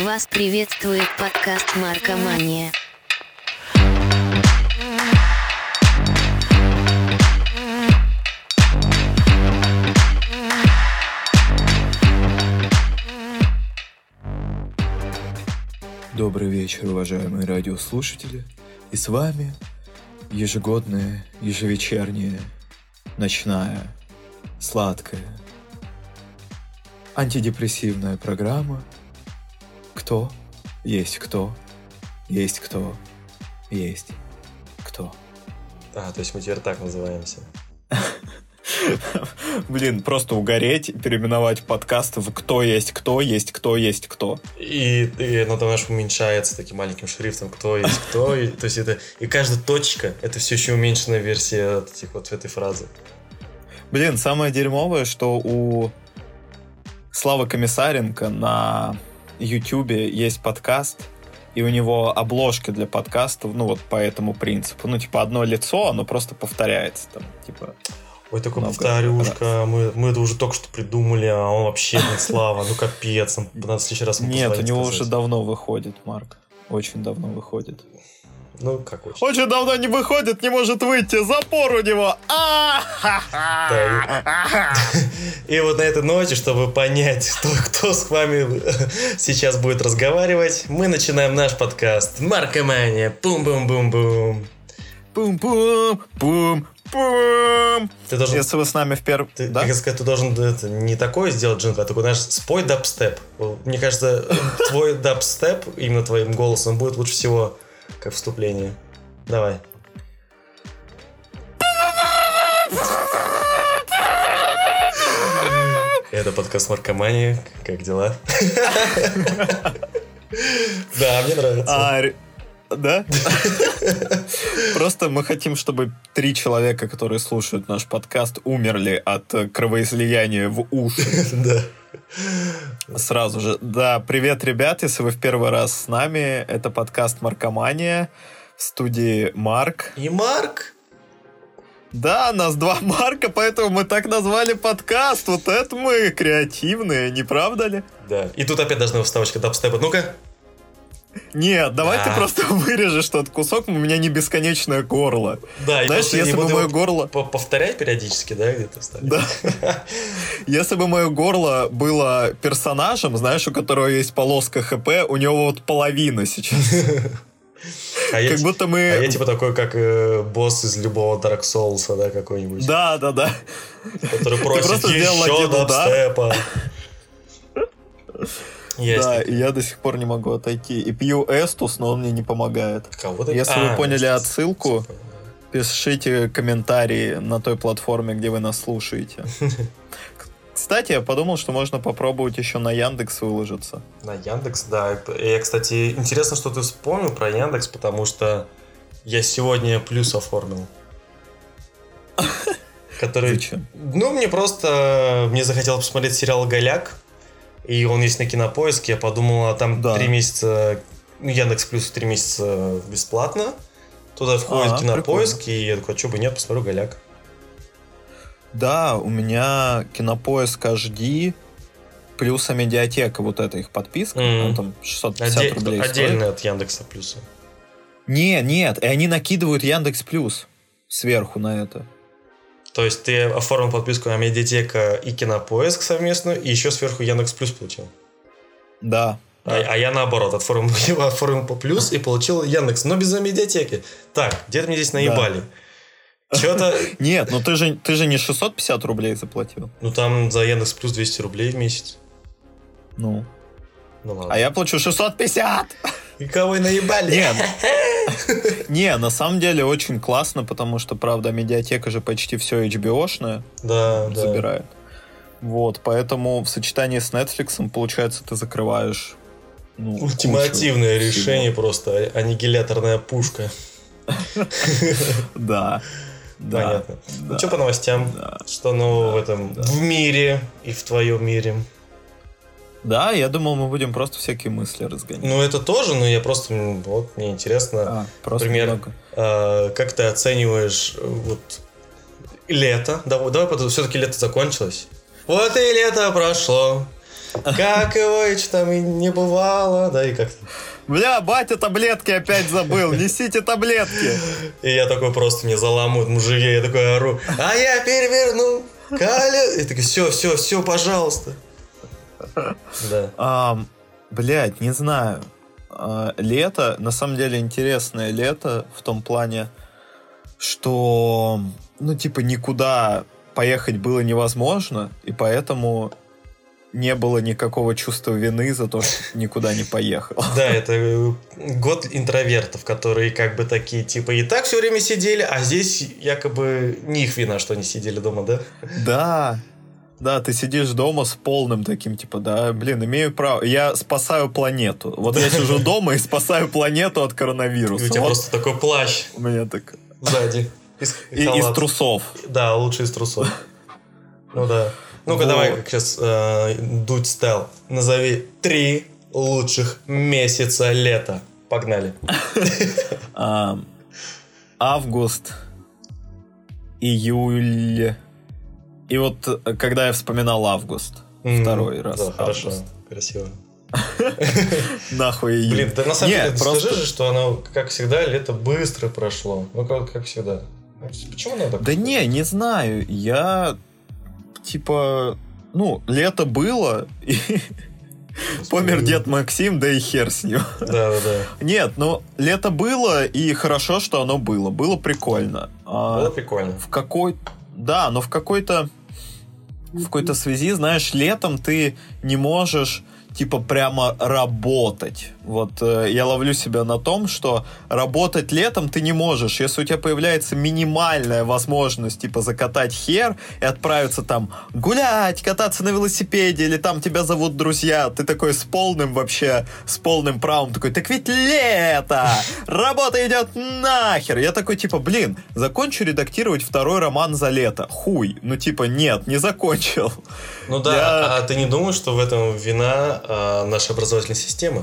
Вас приветствует подкаст «Маркомания». Добрый вечер, уважаемые радиослушатели. И с вами ежегодная, ежевечерняя, ночная, сладкая, антидепрессивная программа «Кто есть кто, есть кто, есть кто». То есть мы теперь так называемся. Блин, просто угореть, переименовать подкаст в «Кто есть кто, есть кто, есть кто». И оно там наш уменьшается таким маленьким шрифтом «Кто есть кто». То есть это... И каждая точка — это все еще уменьшенная версия вот этой фразы. Блин, самое дерьмовое, что у Славы Комиссаренко на Ютубе есть подкаст, и у него обложки для подкастов, вот по этому принципу. Одно лицо, оно просто повторяется там, Ой, такой повторюшка, мы это уже только что придумали, а он вообще не Слава, капец, надо в следующий раз ему Нет, у него сказать. уже давно выходит, Марк, очень давно выходит. Как очень? Очень давно не выходит, не может выйти, запор у него! И вот на этой ноте, чтобы понять, кто с вами сейчас будет разговаривать, мы начинаем наш подкаст «Маркомания». Пум-бум-бум-бум. Пум-пум-пум. Ты должен... Если вы с нами в первом... Да? Как сказать, ты должен не такой сделать джингл, а такой, знаешь, спой дабстеп. Мне кажется, твой дабстеп, именно твоим голосом, будет лучше всего как вступление. Давай. Это подкаст «Маркомания». Как дела? Да, мне нравится. Да? Просто мы хотим, чтобы 3 человека, которые слушают наш подкаст, умерли от кровоизлияния в уши. Да. Сразу же. Да, привет, ребят, если вы в первый раз с нами. Это подкаст «Маркомания». В студии Марк. И Марк. Да, нас 2 Марка, поэтому мы так назвали подкаст. Вот это мы креативные, не правда ли? Да. И тут опять должна вставочка дабстепа. Ну-ка. Нет, давай ты просто вырежешь тот кусок, у меня не бесконечное горло. Да, знаешь, если бы мое горло... Повторять периодически, да, где-то вставить? Да. Если бы мое горло было персонажем, знаешь, у которого есть полоска ХП, у него вот половина сейчас. Как будто мы... А я такой, как босс из любого Dark Souls, да, какой-нибудь. Да. Который просит еще дабстепа. Да, и я до сих пор не могу отойти. И пью Эстус, но он мне не помогает. Если вы поняли отсылку, пишите комментарии на той платформе, где вы нас слушаете. Кстати, я подумал, что можно попробовать еще на Яндекс выложиться. На Яндекс, да. И, кстати, интересно, что ты вспомнил про Яндекс, потому что я сегодня плюс оформил. Который... Зачем? Мне захотелось посмотреть сериал «Голяк». И он есть на Кинопоиске. Я подумал, там 3 месяца... Яндекс Плюс 3 месяца бесплатно. Туда входит Кинопоиск. Прикольно. И я такой, что бы нет, посмотрю «Голяк». Да, у меня Кинопоиск HD плюс Амедиатека, вот это их подписка. Там 650 рублей отдельно стоит. от Яндекса Плюса. Нет, и они накидывают Яндекс Плюс сверху на это. То есть ты оформил подписку Амедиатека и Кинопоиск совместную, и еще сверху Яндекс Плюс получил? Да. А я наоборот, оформил по плюс и получил Яндекс, но без Амедиатеки. Так, где-то мне здесь наебали. Что-то... Нет, ты же не 650 рублей заплатил. Там за Яндекс Плюс 200 рублей в месяц. Ну ладно. А я плачу 650! И кого и наебали? Не, на самом деле очень классно, потому что, правда, Медиатека же почти все HBO-шное забирает. Вот, поэтому в сочетании с Netflix, получается, ты закрываешь... Ультимативное решение просто, аннигиляторная пушка. Да. Понятно. Что по новостям? Что нового в этом в мире и в твоем мире? Да, я думал, мы будем просто всякие мысли разгонять. Это тоже, но я просто... мне интересно, например, как ты оцениваешь лето? Давай, все-таки лето закончилось. Вот и лето прошло. как его и что там и не бывало, да, и как-то. Бля, батя таблетки опять забыл, несите таблетки. И я такой просто, мне заламывают мужики, я такой ору, а я переверну колесо. И такой, все, пожалуйста. Да. Блядь, не знаю. Лето, на самом деле, интересное лето в том плане, что, никуда поехать было невозможно, и поэтому не было никакого чувства вины за то, что никуда не поехал. Да, это год интровертов, которые как бы такие, и так все время сидели, а здесь якобы не их вина, что они сидели дома, да? Да, ты сидишь дома с полным таким, имею право, я спасаю планету. Вот я сижу дома и спасаю планету от коронавируса. И у тебя просто такой плащ. У меня так... Сзади. Из трусов. Да, лучше из трусов. Ну да. Ну-ка, давай, как сейчас Дудь стал. Назови 3 лучших месяца лета. Погнали. Август, июль. И вот, когда я вспоминал август, второй раз. Да, хорошо, красиво. Нахуй июль. Блин, да на самом деле, скажи же, что оно, как всегда, лето быстро прошло. Ну, как всегда. Почему оно так? Да не знаю. Я, лето было, и помер дед Максим, да и хер с ним. Да. Нет, лето было, и хорошо, что оно было. Было прикольно. Было прикольно. Но в какой-то связи, знаешь, летом ты не можешь, прямо работать. Вот я ловлю себя на том, что работать летом ты не можешь. Если у тебя появляется минимальная возможность, закатать хер и отправиться там гулять, кататься на велосипеде, или там тебя зовут друзья, ты такой с полным правом такой, так ведь лето! Работа идет нахер! Я такой, закончу редактировать 2-й роман за лето. Хуй. Нет, не закончил. Ну да, а ты не думаешь, что в этом вина нашей образовательной системы?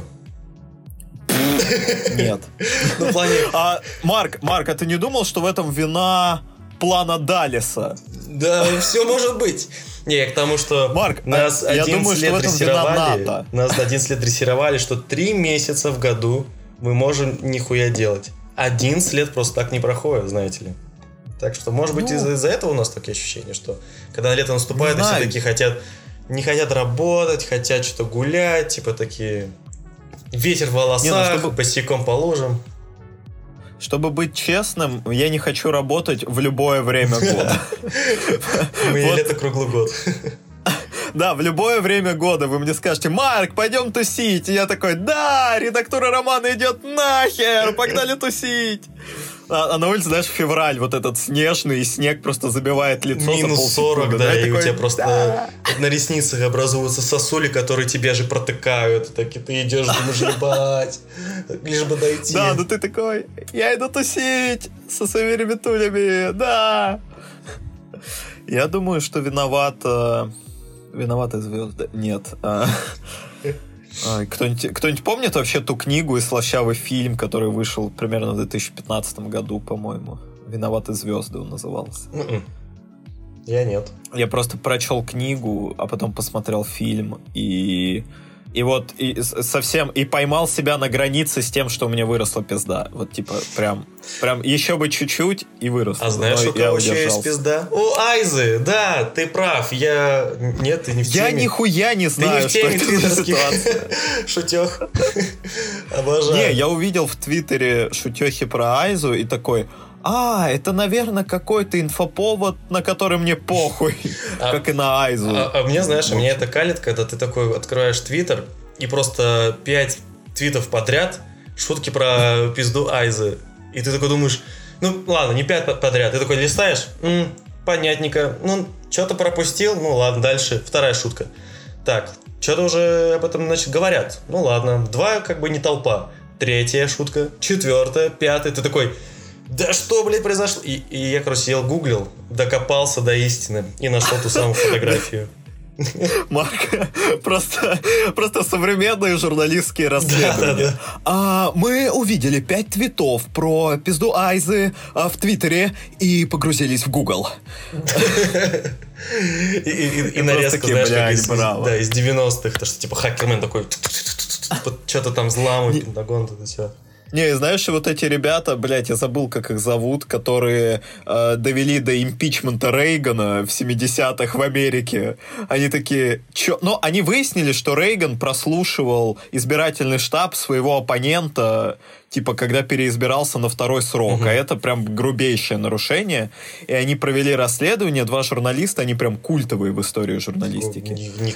Нет. Ну, в плане... Марк, а ты не думал, что в этом вина плана Даллеса? Да, все может быть. Не, к тому, что Марк, нас 11 лет дрессировали. Нас 11 лет дрессировали, что 3 месяца в году мы можем нихуя делать. 11 лет просто так не проходит, знаете ли. Так что, может быть, из-за этого у нас такие ощущения, что когда лето наступает, и все такие не хотят работать, хотят что-то гулять, такие... Ветер в волосах, босиком по лужам. Чтобы быть честным, я не хочу работать в любое время года. Мы лето круглый год. Да, в любое время года вы мне скажете: Марк, пойдем тусить. И я такой: да, редактура романа идет нахер, погнали тусить. А на улице, знаешь, февраль, вот этот снежный, и снег просто забивает лицо. Минус 40, да, и такой, у тебя просто на ресницах образуются сосули, которые тебя же протыкают. Так и ты идешь, думаешь, ебать, лишь бы дойти. Да, ну ты такой: я иду тусить со своими ребятулями, да. Я думаю, что виноваты звезды. Нет. Кто-нибудь помнит вообще ту книгу и слащавый фильм, который вышел примерно в 2015 году, по-моему? «Виноваты звезды» он назывался. Я нет. Я просто прочел книгу, а потом посмотрел фильм, и совсем и поймал себя на границе с тем, что у меня выросла пизда. Вот прям еще бы чуть-чуть и выросла. А знаешь, у кого еще есть пизда? У Айзы, да, ты прав. Нет, ты не в теме. Я нихуя не знаю, что это за ситуация. Шутёх. Обожаю. Не, я увидел в Твиттере шутёхи про Айзу и такой: это, наверное, какой-то инфоповод, на который мне похуй, как и на Айзу. Мне, знаешь, меня это калит, когда ты такой открываешь Твиттер, и просто 5 твитов подряд шутки про пизду Айзы. И ты такой думаешь: ну ладно, не 5 подряд. Ты такой листаешь: понятненько. Что-то пропустил, ладно, дальше. 2-я шутка. Так, что-то уже об этом, говорят. Ну ладно, 2 как бы не толпа. 3-я шутка, 4-я, 5-я. Ты такой: да что, блядь, произошло? И я, сел, гуглил, докопался до истины и нашел ту самую фотографию. Марк, просто современные журналистские расследования. Мы увидели 5 твитов про пизду Айзы в Твиттере и погрузились в Google. И нарезка, знаешь, как из 90-х, то что типа хакермен такой что-то там взламывает, Пентагон, это все. Не, знаешь, вот эти ребята, блядь, я забыл, как их зовут, которые довели до импичмента Рейгана в 70-х в Америке. Они такие, чё? Но они выяснили, что Рейган прослушивал избирательный штаб своего оппонента, типа, когда переизбирался на 2-й срок. А это прям грубейшее нарушение. И они провели расследование, 2 журналиста, они прям культовые в истории журналистики.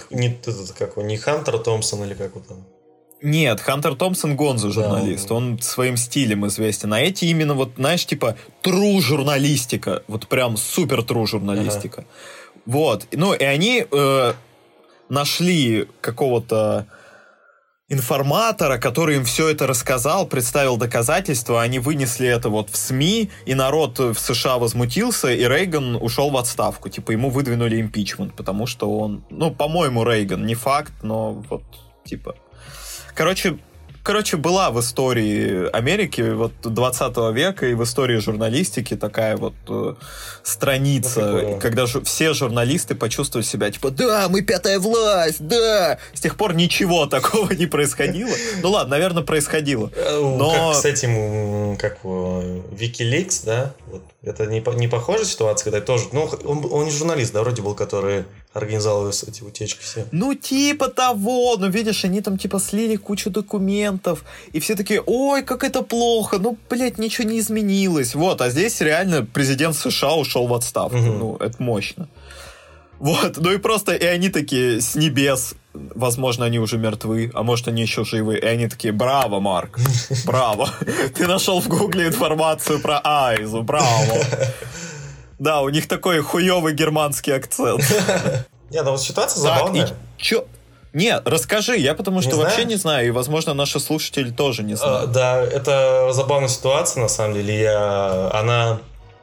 Не Хантер Томпсон или как вот там? Нет, Хантер Томпсон Гонзо журналист, он своим стилем известен. А эти именно вот, знаешь, типа true журналистика, вот прям супер true журналистика. Вот, ну и они нашли какого-то информатора, который им все это рассказал, представил доказательства, они вынесли это вот в СМИ, и народ в США возмутился, и Рейган ушел в отставку. Типа ему выдвинули импичмент, потому что он, ну, по-моему, Рейган, не факт, но вот, типа... Короче, была в истории Америки вот 20 века и в истории журналистики такая вот страница, когда все журналисты почувствовали себя типа, да, мы 5-я власть, да. С тех пор ничего такого не происходило. Ну ладно, наверное, происходило. Но... Как с этим, как Wikileaks, да? Вот. Это не похожая ситуация, когда тоже... Ну, он не журналист, да, вроде был, который организовал эти утечки все. Ну, типа того. Ну, видишь, они там, типа, слили кучу документов. И все такие, ой, как это плохо. Ну, блядь, ничего не изменилось. Вот, а здесь реально президент США ушел в отставку. Ну, это мощно. Вот, ну и просто, и они такие с небес, возможно, они уже мертвы, а может, они еще живы, и они такие, браво, Марк, браво, ты нашел в Гугле информацию про Айзу, браво. Да, у них такой хуёвый германский акцент. Не, ну вот ситуация забавная. Не, расскажи, я потому что вообще не знаю, и, возможно, наши слушатели тоже не знают. Да, это забавная ситуация, на самом деле, она,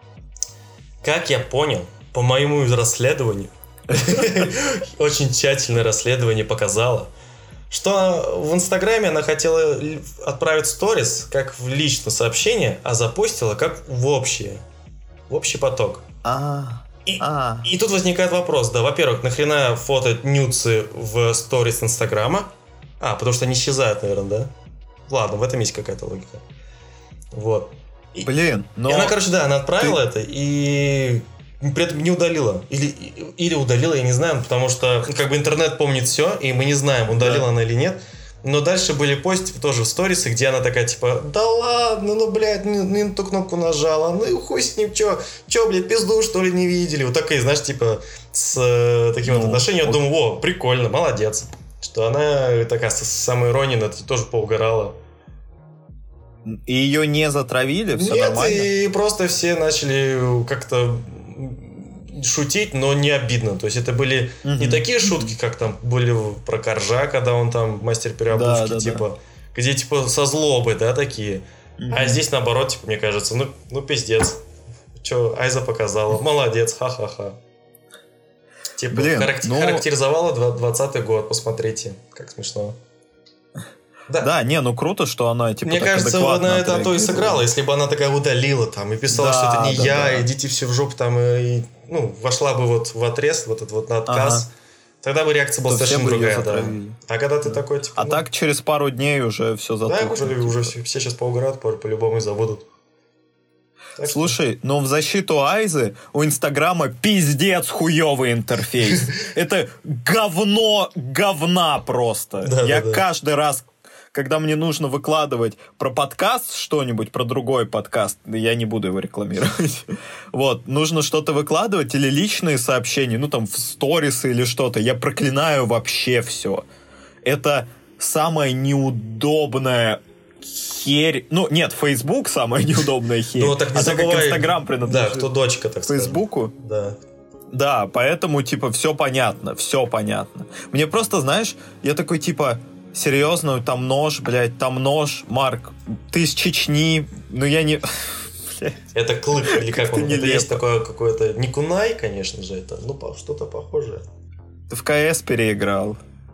как я понял, по моему расследованию, очень тщательное расследование показало, что в Инстаграме она хотела отправить сторис как в личное сообщение, а запустила как в общий поток. И тут возникает вопрос, да, во-первых, нахрена фото нюцы в сторис Инстаграма? Потому что они исчезают, наверное, да? Ладно, в этом есть какая-то логика. Вот. Блин, но... И она, короче, да, она отправила это и... при этом не удалила. Или удалила, я не знаю, потому что как бы интернет помнит все, и мы не знаем, удалила она или нет. Но дальше были посты тоже в сторисы, где она такая, типа, да ладно, ну, блядь, не на ту кнопку нажала, ну, хуй с ним, чё, блядь, пизду, что ли, не видели? Вот такие, знаешь, типа, с таким вот отношением, я думаю, о, прикольно, молодец. Что она такая, с самой иронией, это тоже поугорала. И ее не затравили, все Нет, нормально? И просто все начали как-то шутить, но не обидно. То есть это были не такие шутки, как там были про Коржа, когда он там мастер переобувки, типа, где типа со злобой, да, такие. А здесь наоборот, типа, мне кажется, ну пиздец. Че, Айза показала, молодец, ха-ха-ха. Типа, блин, характеризовала 20-й год, посмотрите, как смешно. Да, не, ну круто, что она типа мне так кажется, она это то и сыграла. Если бы она такая удалила там и писала, что это не я, идите все в жопу там, и вошла бы вот в отрез, вот этот вот на отказ, тогда бы реакция была совершенно другая. Да. А когда ты такой, типа... так через пару дней уже все затухло. Да, уже все сейчас поугорают, по-любому и забудут. Слушай, но в защиту Айзы у Инстаграма пиздец хуёвый интерфейс. Это говна просто. Я каждый раз, когда мне нужно выкладывать про подкаст что-нибудь, про другой подкаст, я не буду его рекламировать, вот, нужно что-то выкладывать или личные сообщения, ну там в сторисы или что-то, я проклинаю вообще все. Это самая неудобная херь. Ну, нет, Facebook самая неудобная херь. Ну, так не забывай, как Инстаграм принадлежит. Да, кто дочка, так сказать. Фейсбуку? Да. Да, поэтому, типа, все понятно. Мне просто, знаешь, я такой, типа, серьезно, там нож, Марк, ты из Чечни, ну я не... Это клык, или как он, это есть такое какое-то, не кунай, конечно же, это, ну, что-то похожее. Ты в КС переиграл.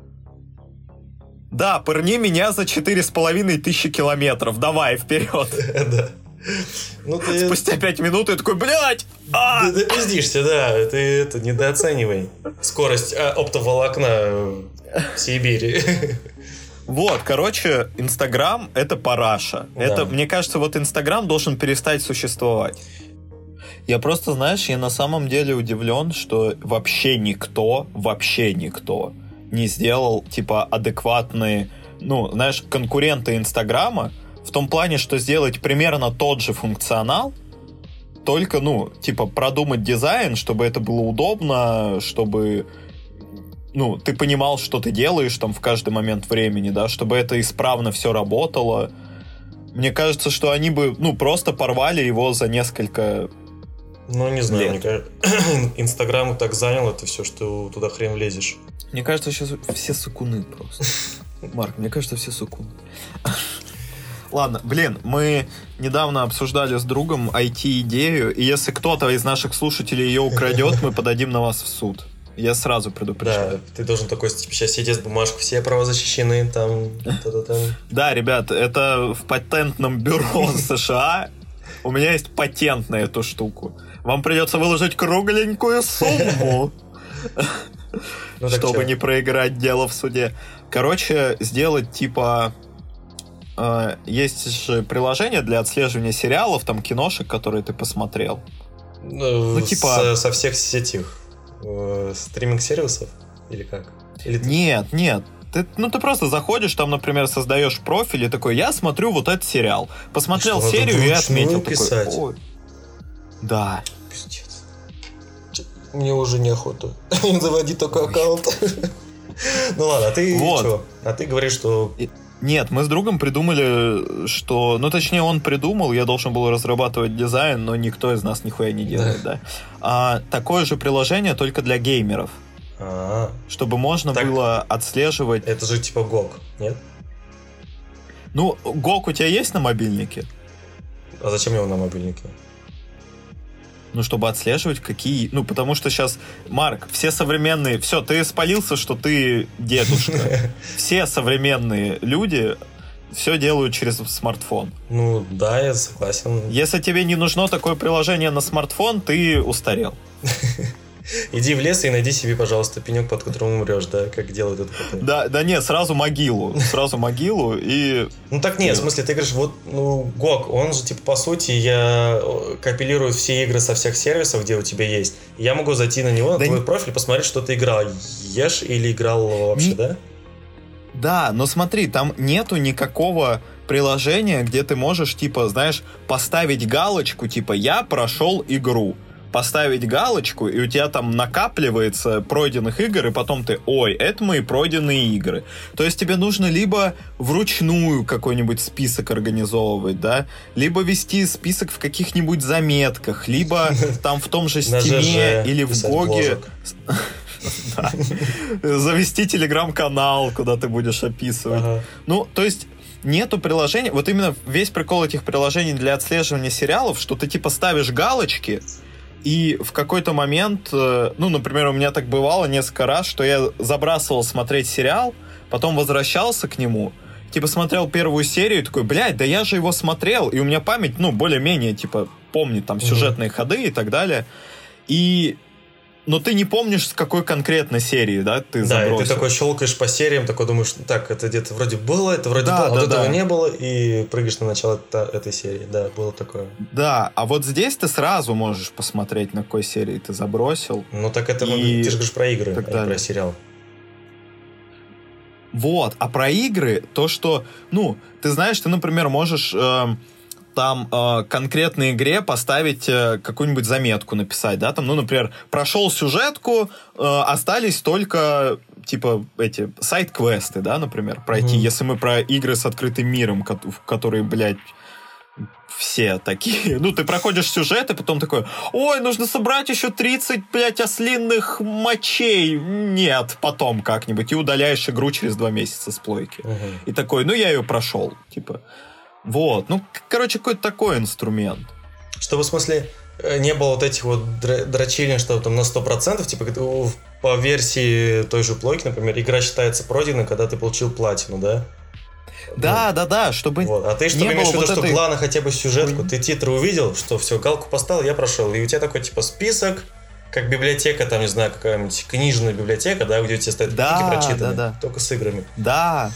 Да, пырни меня за 4500 километров. Давай, вперед. Да. Ну, ты... Спустя 5 минут я такой, блядь! Ты пиздишься, да. Ты это недооценивай. Скорость оптоволокна в Сибири. Вот, короче, Инстаграм — это параша. Да. Это, мне кажется, вот Инстаграм должен перестать существовать. Я просто, знаешь, я на самом деле удивлен, что вообще никто не сделал, типа, адекватные, ну, знаешь, конкуренты Инстаграма, в том плане, что сделать примерно тот же функционал, только, ну, типа, продумать дизайн, чтобы это было удобно, чтобы, ну, ты понимал, что ты делаешь там в каждый момент времени, да, чтобы это исправно все работало. Мне кажется, что они бы, ну, просто порвали его за несколько Ну, не знаю, лет. мне кажется, Инстаграм так занял это все, что туда хрен влезешь. Мне кажется, сейчас все сукуны просто. Марк, мне кажется, все сукуны. Ладно, блин, мы недавно обсуждали с другом IT-идею, и если кто-то из наших слушателей ее украдет, мы подадим на вас в суд. Я сразу предупреждаю. Да, ты должен такой, типа, сейчас сидеть с бумажкой, все права защищены, там. Да, ребят, это в патентном бюро США. У меня есть патент на эту штуку. Вам придется выложить кругленькую сумму, чтобы не проиграть дело в суде. Короче, сделать типа... Есть же приложение для отслеживания сериалов, там киношек, которые ты посмотрел. Ну, типа... Со всех сетевых стриминг-сервисов? Или как? Нет. Ты просто заходишь, там, например, создаешь профиль и такой, я смотрю вот этот сериал. Посмотрел серию и отметил. Писать? Такой, ой. Да. Пиздец. Мне уже неохота. Заводи только аккаунт. Ну ладно, а ты что? А ты говоришь, что... Нет, мы с другом придумали, что... Ну, точнее, он придумал, я должен был разрабатывать дизайн, но никто из нас нихуя не делает, да. Такое же приложение, только для геймеров. Чтобы можно было отслеживать... Это же типа GOG, нет? Ну, GOG у тебя есть на мобильнике? А зачем его на мобильнике? Ну, чтобы отслеживать, какие... Ну, потому что сейчас, Марк, все современные... Все, ты спалился, что ты дедушка. Все современные люди все делают через смартфон. Ну, да, я согласен. Если тебе не нужно такое приложение на смартфон, ты устарел. Иди в лес и найди себе, пожалуйста, пенек, под которым умрешь, да, как делают это потом. Да нет, сразу могилу и... Ну так нет, в смысле, ты говоришь, вот, ну, GOG, он же, типа, по сути, компилирует все игры со всех сервисов, где у тебя есть. Я могу зайти на него, на твой профиль, посмотреть, что ты играл. Ешь или играл вообще, да? Да, но смотри, там нету никакого приложения, где ты можешь, типа, знаешь, поставить галочку, типа, я прошел игру. Поставить галочку, и у тебя там накапливается пройденных игр, и потом ты, ой, это мои пройденные игры. То есть тебе нужно либо вручную какой-нибудь список организовывать, да, либо вести список в каких-нибудь заметках, либо там в том же Стиме или в Гоге... Завести телеграм-канал, куда ты будешь описывать. Ну, то есть... Нету приложений, вот именно весь прикол этих приложений для отслеживания сериалов, что ты типа ставишь галочки, и в какой-то момент, ну, например, у меня так бывало несколько раз, что я забрасывал смотреть сериал, потом возвращался к нему, типа смотрел первую серию, и такой, блядь, да я же его смотрел, и у меня память, ну, более-менее, типа, помнит там сюжетные ходы и так далее, но ты не помнишь, с какой конкретно серии, да, ты забросил. Да, и ты такой щелкаешь по сериям, такой думаешь, так, это где-то вроде было, это вроде было, вот этого не было, и прыгаешь на начало этой серии. Да, было такое. Да, а вот здесь ты сразу можешь посмотреть, на какой серии ты забросил. Ну так это, ты же говоришь про игры, а не про сериал. Вот, а про игры, то, что, ну, ты знаешь, ты, например, можешь... там конкретной игре поставить какую-нибудь заметку написать, да, там, ну, например, прошел сюжетку, остались только, типа, эти сайд-квесты, да, например, пройти, если мы про игры с открытым миром, которые, блядь, все такие. Ну, ты проходишь сюжет, и потом такой, ой, нужно собрать еще 30, блядь, ослинных мочей. Нет, потом как-нибудь. И удаляешь игру через 2 месяца с плойки. И такой, ну, я ее прошел, типа... Вот, ну, короче, какой-то такой инструмент. Чтобы, в смысле, не было вот этих вот дрочилин, что там на 100%, типа, по версии той же плойки, например, игра считается пройденной, когда ты получил платину, да? Да, чтобы вот. А ты что имеешь в виду, что главное хотя бы сюжетку? Ты титры увидел, что все, галку поставил, я прошел. И у тебя такой типа список, как библиотека, там, не знаю, какая-нибудь книжная библиотека, да, где у тебя стоят книги прочитаны, только с играми. Да.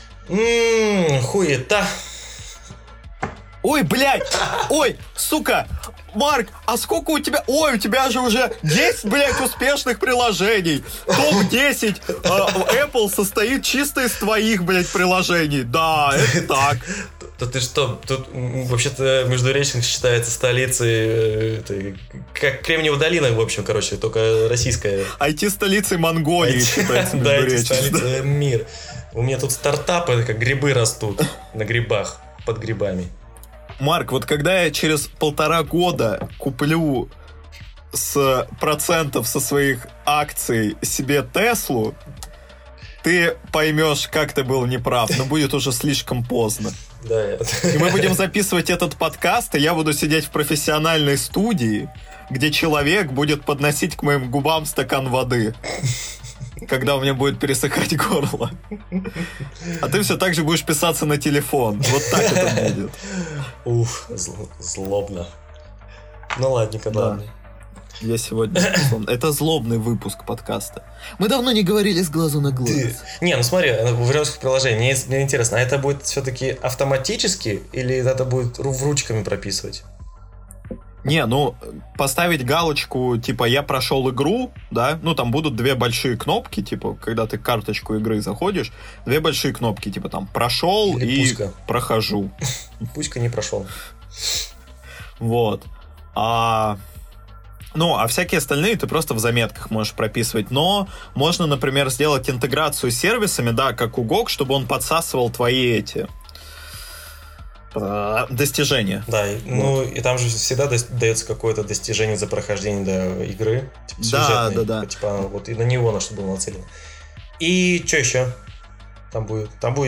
Хуета. Ой, блядь! Ой, сука! Марк, а сколько у тебя... Ой, у тебя же уже 10, блядь, успешных приложений. Топ-10 Apple состоит чисто из твоих, блядь, приложений. Да, это так. Да ты что? Тут вообще-то Междуреченск считается столицей... как Кремниевая долина, в общем, короче, только российская. IT-столицей Монголии считается Междуреченск. Да, IT-столица мир. У меня тут стартапы, как грибы растут на грибах, под грибами. Марк, вот когда я через 1,5 года куплю с процентов со своих акций себе Теслу, ты поймешь, как ты был неправ, но будет уже слишком поздно. Да, и мы будем записывать этот подкаст, и я буду сидеть в профессиональной студии, где человек будет подносить к моим губам стакан воды, когда у меня будет пересыхать горло. А ты все так же будешь писаться на телефон. Вот так это будет. Уф, злобно. Ну ладненько, ладно. Я сегодня... Это злобный выпуск подкаста. Мы давно не говорили с глазу на глаз. Не, ну смотри, вернемся к приложению. Мне интересно, а это будет все-таки автоматически или это будет ручками прописывать? Не, ну, поставить галочку, типа, я прошел игру, да, ну, там будут 2 большие кнопки, типа, когда ты карточку игры заходишь, 2 большие кнопки, типа, там, прошел или и пуска. Прохожу. Пуська не прошел. Вот. А всякие остальные ты просто в заметках можешь прописывать. Но можно, например, сделать интеграцию с сервисами, да, как у GOG, чтобы он подсасывал твои эти... достижения. Да, вот. Ну и там же всегда дается какое-то достижение за прохождение до игры. Типа, сюжетный, да. Типа вот и на него на что было нацелено. И что еще? Там будет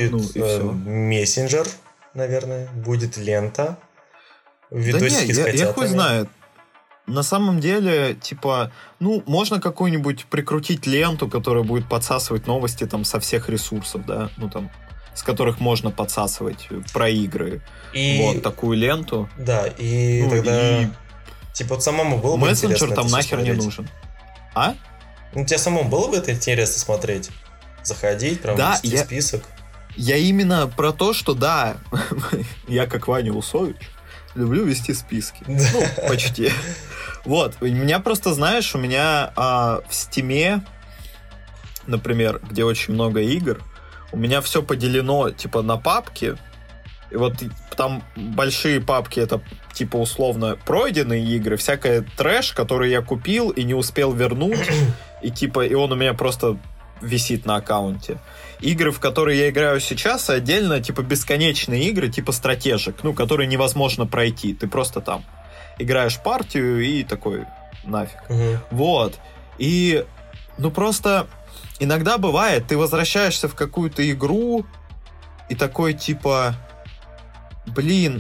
мессенджер, наверное, будет лента, видосики с котятами. Я хуй знает. На самом деле, типа, можно какую-нибудь прикрутить ленту, которая будет подсасывать новости там со всех ресурсов, да, с которых можно подсасывать про игры. И... Вот такую ленту. Да, и тогда... Типа вот самому было бы интересно. Мессенджер там нахер не нужен. А? Ну, тебе самому было бы это интересно смотреть? Заходить, прям вести список? Я именно про то, что да, я как Ваня Усович люблю вести списки. Почти. Вот, у меня просто, знаешь, в Steam, например, где очень много игр, у меня все поделено, типа, на папки. И вот там большие папки, это, типа, условно, пройденные игры, всякая трэш, который я купил и не успел вернуть, и, типа, и он у меня просто висит на аккаунте. Игры, в которые я играю сейчас, отдельно, типа, бесконечные игры, типа, стратежек, которые невозможно пройти. Ты просто там играешь партию и такой, нафиг. Вот. И, просто... Иногда бывает, ты возвращаешься в какую-то игру и такой, типа, блин,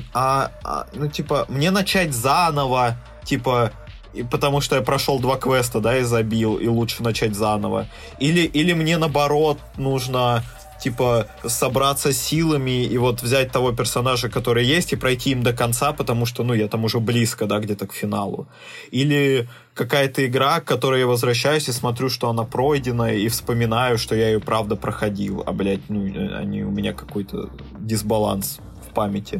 мне начать заново, типа, потому что я прошел 2 квеста, да, и забил, и лучше начать заново. Или мне, наоборот, нужно, типа, собраться силами и вот взять того персонажа, который есть, и пройти им до конца, потому что, я там уже близко, да, где-то к финалу. Или какая-то игра, к которой я возвращаюсь и смотрю, что она пройдена, и вспоминаю, что я ее правда проходил. А, блядь, у меня какой-то дисбаланс в памяти.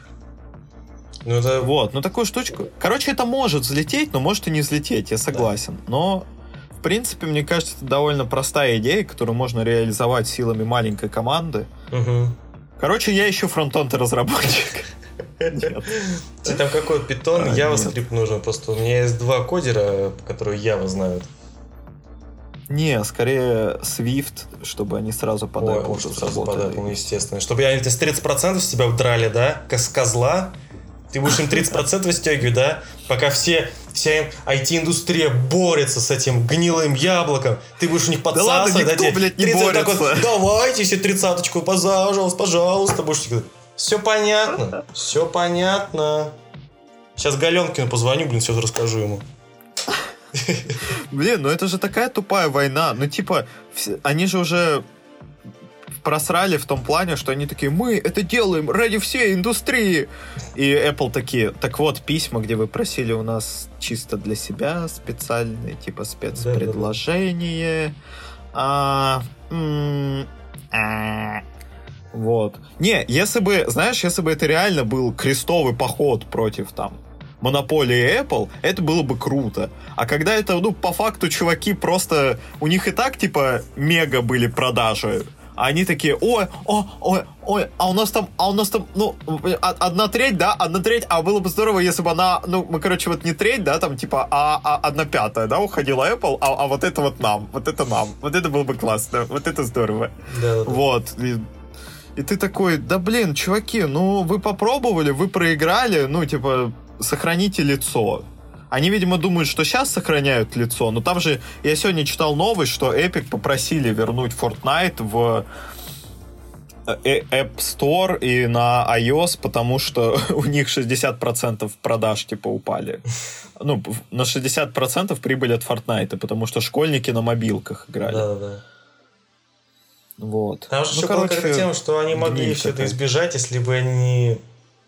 Вот, такую штучку. Короче, это может взлететь, но может и не взлететь, я согласен. Да. Но, в принципе, мне кажется, это довольно простая идея, которую можно реализовать силами маленькой команды. Угу. Короче, я ищу фронтенд-разработчик. Нет. Там какой Python, JavaScript нужен. Просто у меня есть 2 кодера, которые Java знают. Не, скорее Swift, чтобы они сразу под Apple сработали. Ну, естественно. Чтобы они 30% с тебя удрали, да? С козла. Ты будешь им 30% стягивать, да? Пока вся IT-индустрия борется с этим гнилым яблоком. Ты будешь у них подсасывать. Да ладно, никто, блядь, не борется. Давайте себе 30-очку, пожалуйста. Будешь все понятно. Сейчас Галенкину позвоню, все расскажу ему. Блин, ну это же такая тупая война. Ну типа, они же уже просрали в том плане, что они такие, мы это делаем ради всей индустрии. И Apple такие, так вот, письма, где вы просили у нас чисто для себя специальные, типа спецпредложение. Вот. Не, если бы, знаешь, если бы это реально был крестовый поход против там монополии Apple, это было бы круто. А когда это, ну, по факту, чуваки просто... У них и так, типа, мега были продажи. А они такие, ой, а у нас там, ну, 1/3, да, 1/3, а было бы здорово, если бы она, ну, мы, короче, вот не треть, да, там, типа, а 1/5, да, уходила Apple, а вот это вот нам, вот это было бы классно, вот это здорово. Да. Вот. И ты такой, да, блин, чуваки, ну, вы попробовали, вы проиграли, ну, типа, сохраните лицо. Они, видимо, думают, что сейчас сохраняют лицо, но там же, я сегодня читал новость, что Epic попросили вернуть Fortnite в App Store и на iOS, потому что у них 60% продаж, типа, упали. Ну, на 60% прибыль от Fortnite, потому что школьники на мобилках играли. Да. Вот. Там же еще была какая-то тема, что они могли все это избежать, если бы они...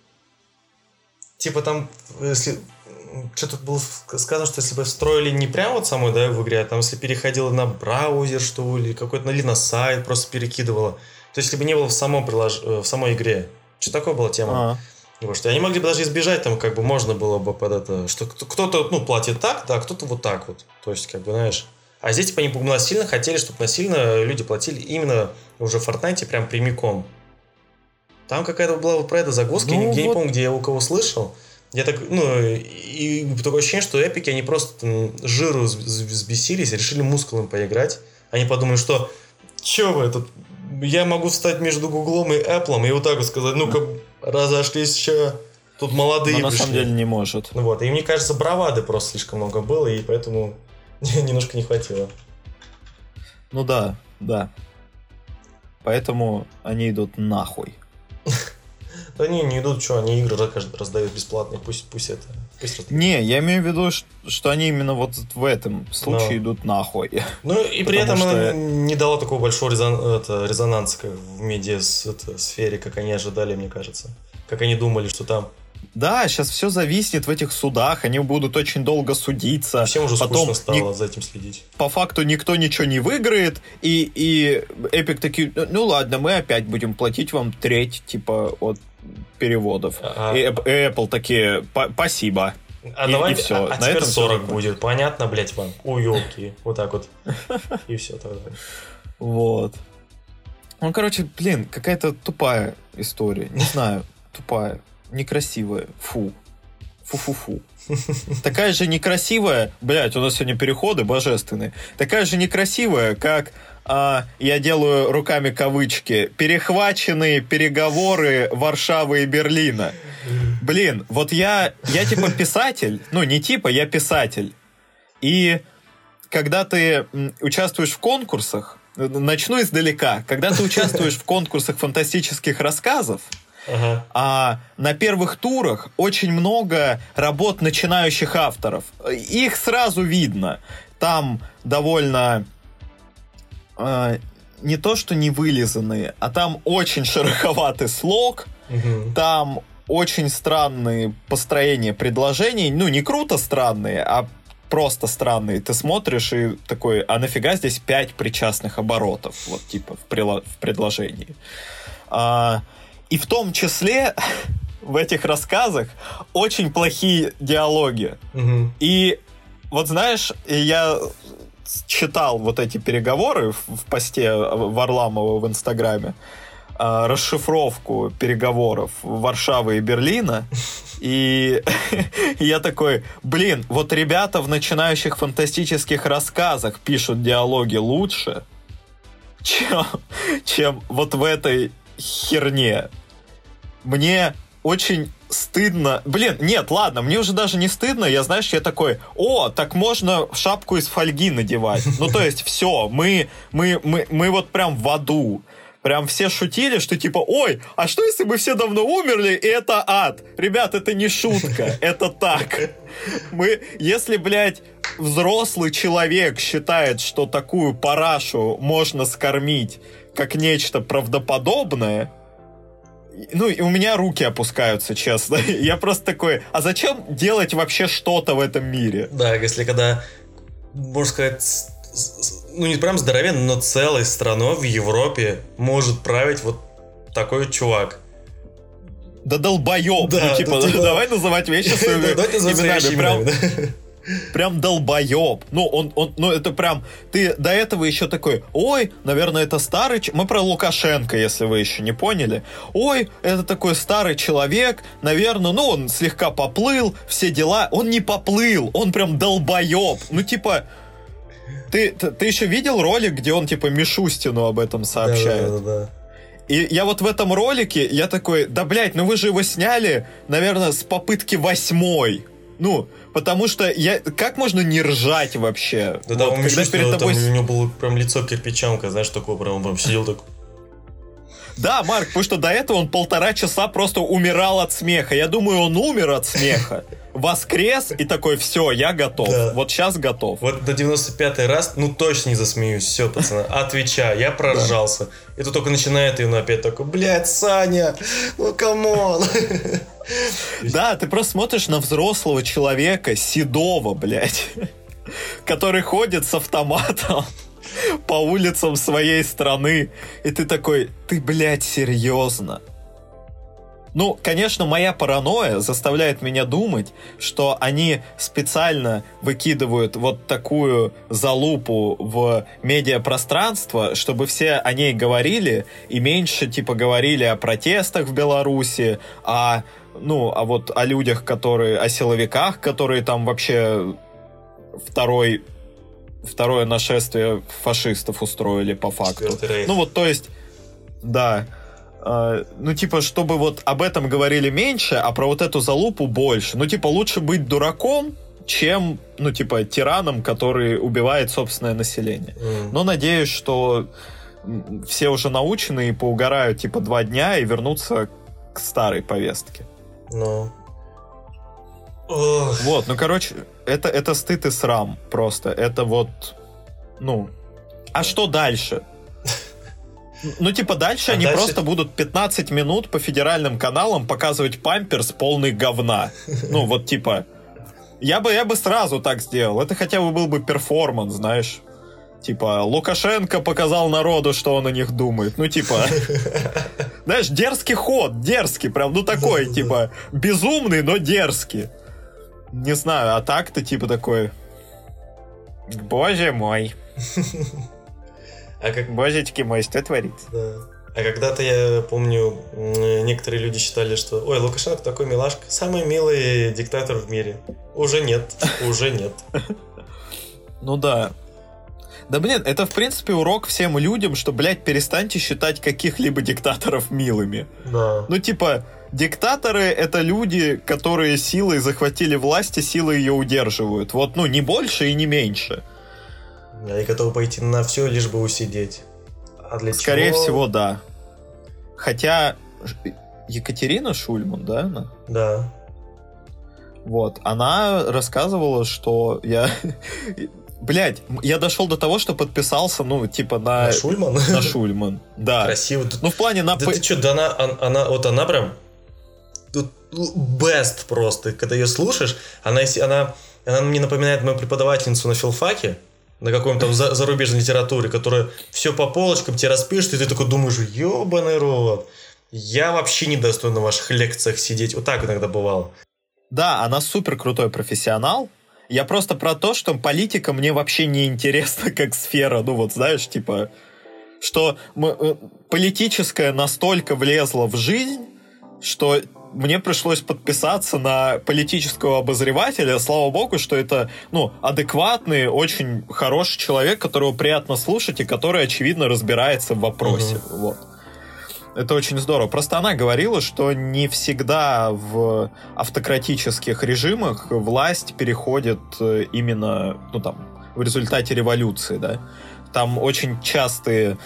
Типа там, если... Что-то было сказано, что если бы встроили не прямо вот самой, да, в игре, а там если переходило на браузер, что ли, какой-то, или на сайт просто перекидывало. То есть, если бы не было в самой игре. Что такое была тема? Вот, что они могли бы даже избежать, там, как бы, можно было бы под это, что кто-то, ну, платит так, да, кто-то вот так вот. То есть, как бы, знаешь... А здесь, типа, они насильно хотели, чтобы насильно люди платили именно уже в Fortnite прям прямиком. Там какая-то была вот про это загвоздка, я нигде не помню, где я у кого слышал. Я так, ну, и такое ощущение, что эпики, они просто там жиру взбесились, решили мускулом поиграть. Они подумали, что, чё вы тут, я могу встать между Гуглом и Apple и вот так вот сказать, ну-ка, разошлись, чё, тут молодые пришли. Но на самом деле не может. Вот, и мне кажется, бравады просто слишком много было, и поэтому немножко не хватило. Ну да. Поэтому они идут нахуй. Да не идут, что, они игры раздают бесплатно, пусть это. Не, я имею в виду, что они именно вот в этом случае идут нахуй. Ну и при этом она не дала такого большого резонанса в медиа-сфере, как они ожидали, мне кажется. Как они думали, что там. Да, сейчас все зависнет в этих судах, они будут очень долго судиться. Всем уже скучно стало за этим следить. По факту никто ничего не выиграет, и Epic такие, ну ладно, мы опять будем платить вам треть, типа, от переводов. И Apple такие, спасибо. И все. А теперь 40 будет, понятно, блять, вам? Ой, ёлки, вот так вот. И все тогда. Вот. Ну, короче, блин, какая-то тупая история, не знаю, тупая. Некрасивая. Фу. Фу-фу-фу. Такая же некрасивая, блядь, у нас сегодня переходы божественные, такая же некрасивая, как я делаю руками кавычки, перехваченные переговоры Варшавы и Берлина. Блин, вот я типа писатель, ну не типа, я писатель. И когда ты участвуешь в конкурсах, начну издалека, когда ты участвуешь в конкурсах фантастических рассказов, а на первых турах очень много работ начинающих авторов. Их сразу видно. Там довольно не то, что не вылизанные, а там очень шероховатый слог, там очень странные построения предложений. Ну, не круто странные, а просто странные. Ты смотришь и такой, а нафига здесь 5 причастных оборотов? Вот типа в предложении. И в том числе в этих рассказах очень плохие диалоги. И вот знаешь, я читал вот эти переговоры в посте Варламова в Инстаграме, расшифровку переговоров Варшавы и Берлина, и я такой, блин, вот ребята в начинающих фантастических рассказах пишут диалоги лучше, чем вот в этой херне. Мне очень стыдно. Блин, нет, ладно, мне уже даже не стыдно. Я, знаешь, я такой, так можно шапку из фольги надевать. Ну, то есть, все, мы вот прям в аду. Прям все шутили, что типа, ой, а что если бы все давно умерли, и это ад? Ребят, это не шутка, это так. Если, блядь, взрослый человек считает, что такую парашу можно скормить как нечто правдоподобное, ну, и у меня руки опускаются, честно. Я просто такой, а зачем делать вообще что-то в этом мире? Да, если когда, можно сказать, ну не прям здоровенный, но целой страной в Европе может править вот такой чувак. Да долбоеб, да, ну типа, давай называть вещи своими именами. Прям долбоеб. Ну, это прям... Ты до этого еще такой, ой, наверное, это старый... Мы про Лукашенко, если вы еще не поняли. Ой, это такой старый человек, наверное, ну, он слегка поплыл, все дела. Он не поплыл, он прям долбоеб. Ну, типа... Ты еще видел ролик, где он, типа, Мишустину об этом сообщает? Да. И я вот в этом ролике, я такой, да, блядь, ну вы же его сняли, наверное, с попытки 8. Ну, потому что как можно не ржать вообще? Да, вот, когда перед тобой... у него было прям лицо кирпичанка, знаешь, такое прям, он прям сидел так... Да, Марк, потому что до этого он 1,5 часа просто умирал от смеха. Я думаю, он умер от смеха, воскрес и такой, все, я готов. Да. Вот сейчас готов. Вот на 95-й раз, ну точно не засмеюсь. Все, пацаны, отвечаю, я проржался. Да. И тут только начинает, и он опять такой, блядь, Саня, ну камон. Да, ты просто смотришь на взрослого человека, седого, блядь, который ходит с автоматом по улицам своей страны, и ты такой, ты, блядь, серьезно? Ну, конечно, моя паранойя заставляет меня думать, что они специально выкидывают вот такую залупу в медиапространство, чтобы все о ней говорили и меньше, типа, говорили о протестах в Беларуси, а вот о людях, о силовиках, которые там вообще второе нашествие фашистов устроили по факту. Ну вот, то есть, да, ну типа, чтобы вот об этом говорили меньше, а про вот эту залупу больше. Ну типа, лучше быть дураком, чем, ну типа, тираном, который убивает собственное население. Но надеюсь, что все уже научены и поугарают типа 2 дня и вернутся к старой повестке. Ну... Вот, ну, короче, это стыд и срам просто. Это вот, ну... А что дальше? Ну, типа, дальше они просто будут 15 минут по федеральным каналам показывать памперс полный говна. Ну, вот, типа... Я бы сразу так сделал. Это хотя бы был бы перформанс, знаешь. Типа, Лукашенко показал народу, что он о них думает. Ну, типа... Знаешь, дерзкий ход, дерзкий. Прям, ну, такой, типа, безумный, но дерзкий. Не знаю, а так ты типа такой... Боже мой. Божечки мой, что творится? Да. А когда-то, я помню, некоторые люди считали, что ой, Лукашенко такой милашка, самый милый диктатор в мире. Уже нет. Ну да. Да блин, это в принципе урок всем людям, что, блядь, перестаньте считать каких-либо диктаторов милыми. Да. Ну типа... Диктаторы — это люди, которые силой захватили власть и силой ее удерживают. Вот, ну, не больше и не меньше. Они готовы пойти на все, лишь бы усидеть. А для Скорее чего? всего, да. Хотя Екатерина Шульман, да, она? Да. Вот, она рассказывала, что Блять, я дошел до того, что подписался, ну, типа, на Шульман? На Шульман, да. Красиво. Ну, в плане на... Да ты что, да она прям... Тут best просто. Когда ее слушаешь, она мне напоминает мою преподавательницу на филфаке, на каком-то там зарубежной литературе, которая все по полочкам тебе распишет, и ты такой думаешь, ебаный рот, я вообще не достоин на ваших лекциях сидеть. Вот так иногда бывало. Да, она супер крутой профессионал. Я просто про то, что политика мне вообще не интересна как сфера. Ну вот, знаешь, типа, что политическая настолько влезла в жизнь, что мне пришлось подписаться на политического обозревателя. Слава богу, что это, ну, адекватный, очень хороший человек, которого приятно слушать и который, очевидно, разбирается в вопросе. Вот. Это очень здорово. Просто она говорила, что не всегда в автократических режимах власть переходит именно, ну, там, в результате революции, да. Там очень частые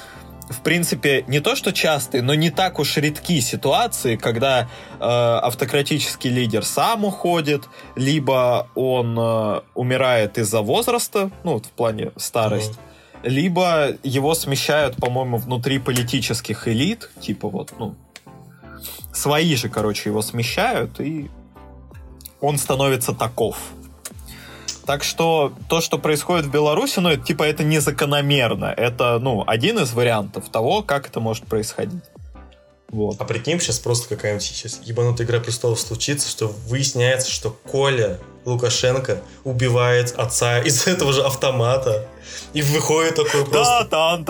в принципе, не то что частые, но не так уж редки ситуации, когда автократический лидер сам уходит, либо он умирает из-за возраста, ну, в плане старость, либо его смещают, по-моему, внутри политических элит, типа вот, ну, свои же, короче, его смещают, и он становится таков. Так что то, что происходит в Беларуси, ну, это, типа, это незакономерно. Это, ну, один из вариантов того, как это может происходить. Вот. А прикинь, сейчас просто какая-нибудь сейчас ебанутая «Игра престолов» случится, что выясняется, что Коля Лукашенко убивает отца из этого же автомата. И выходит такой просто...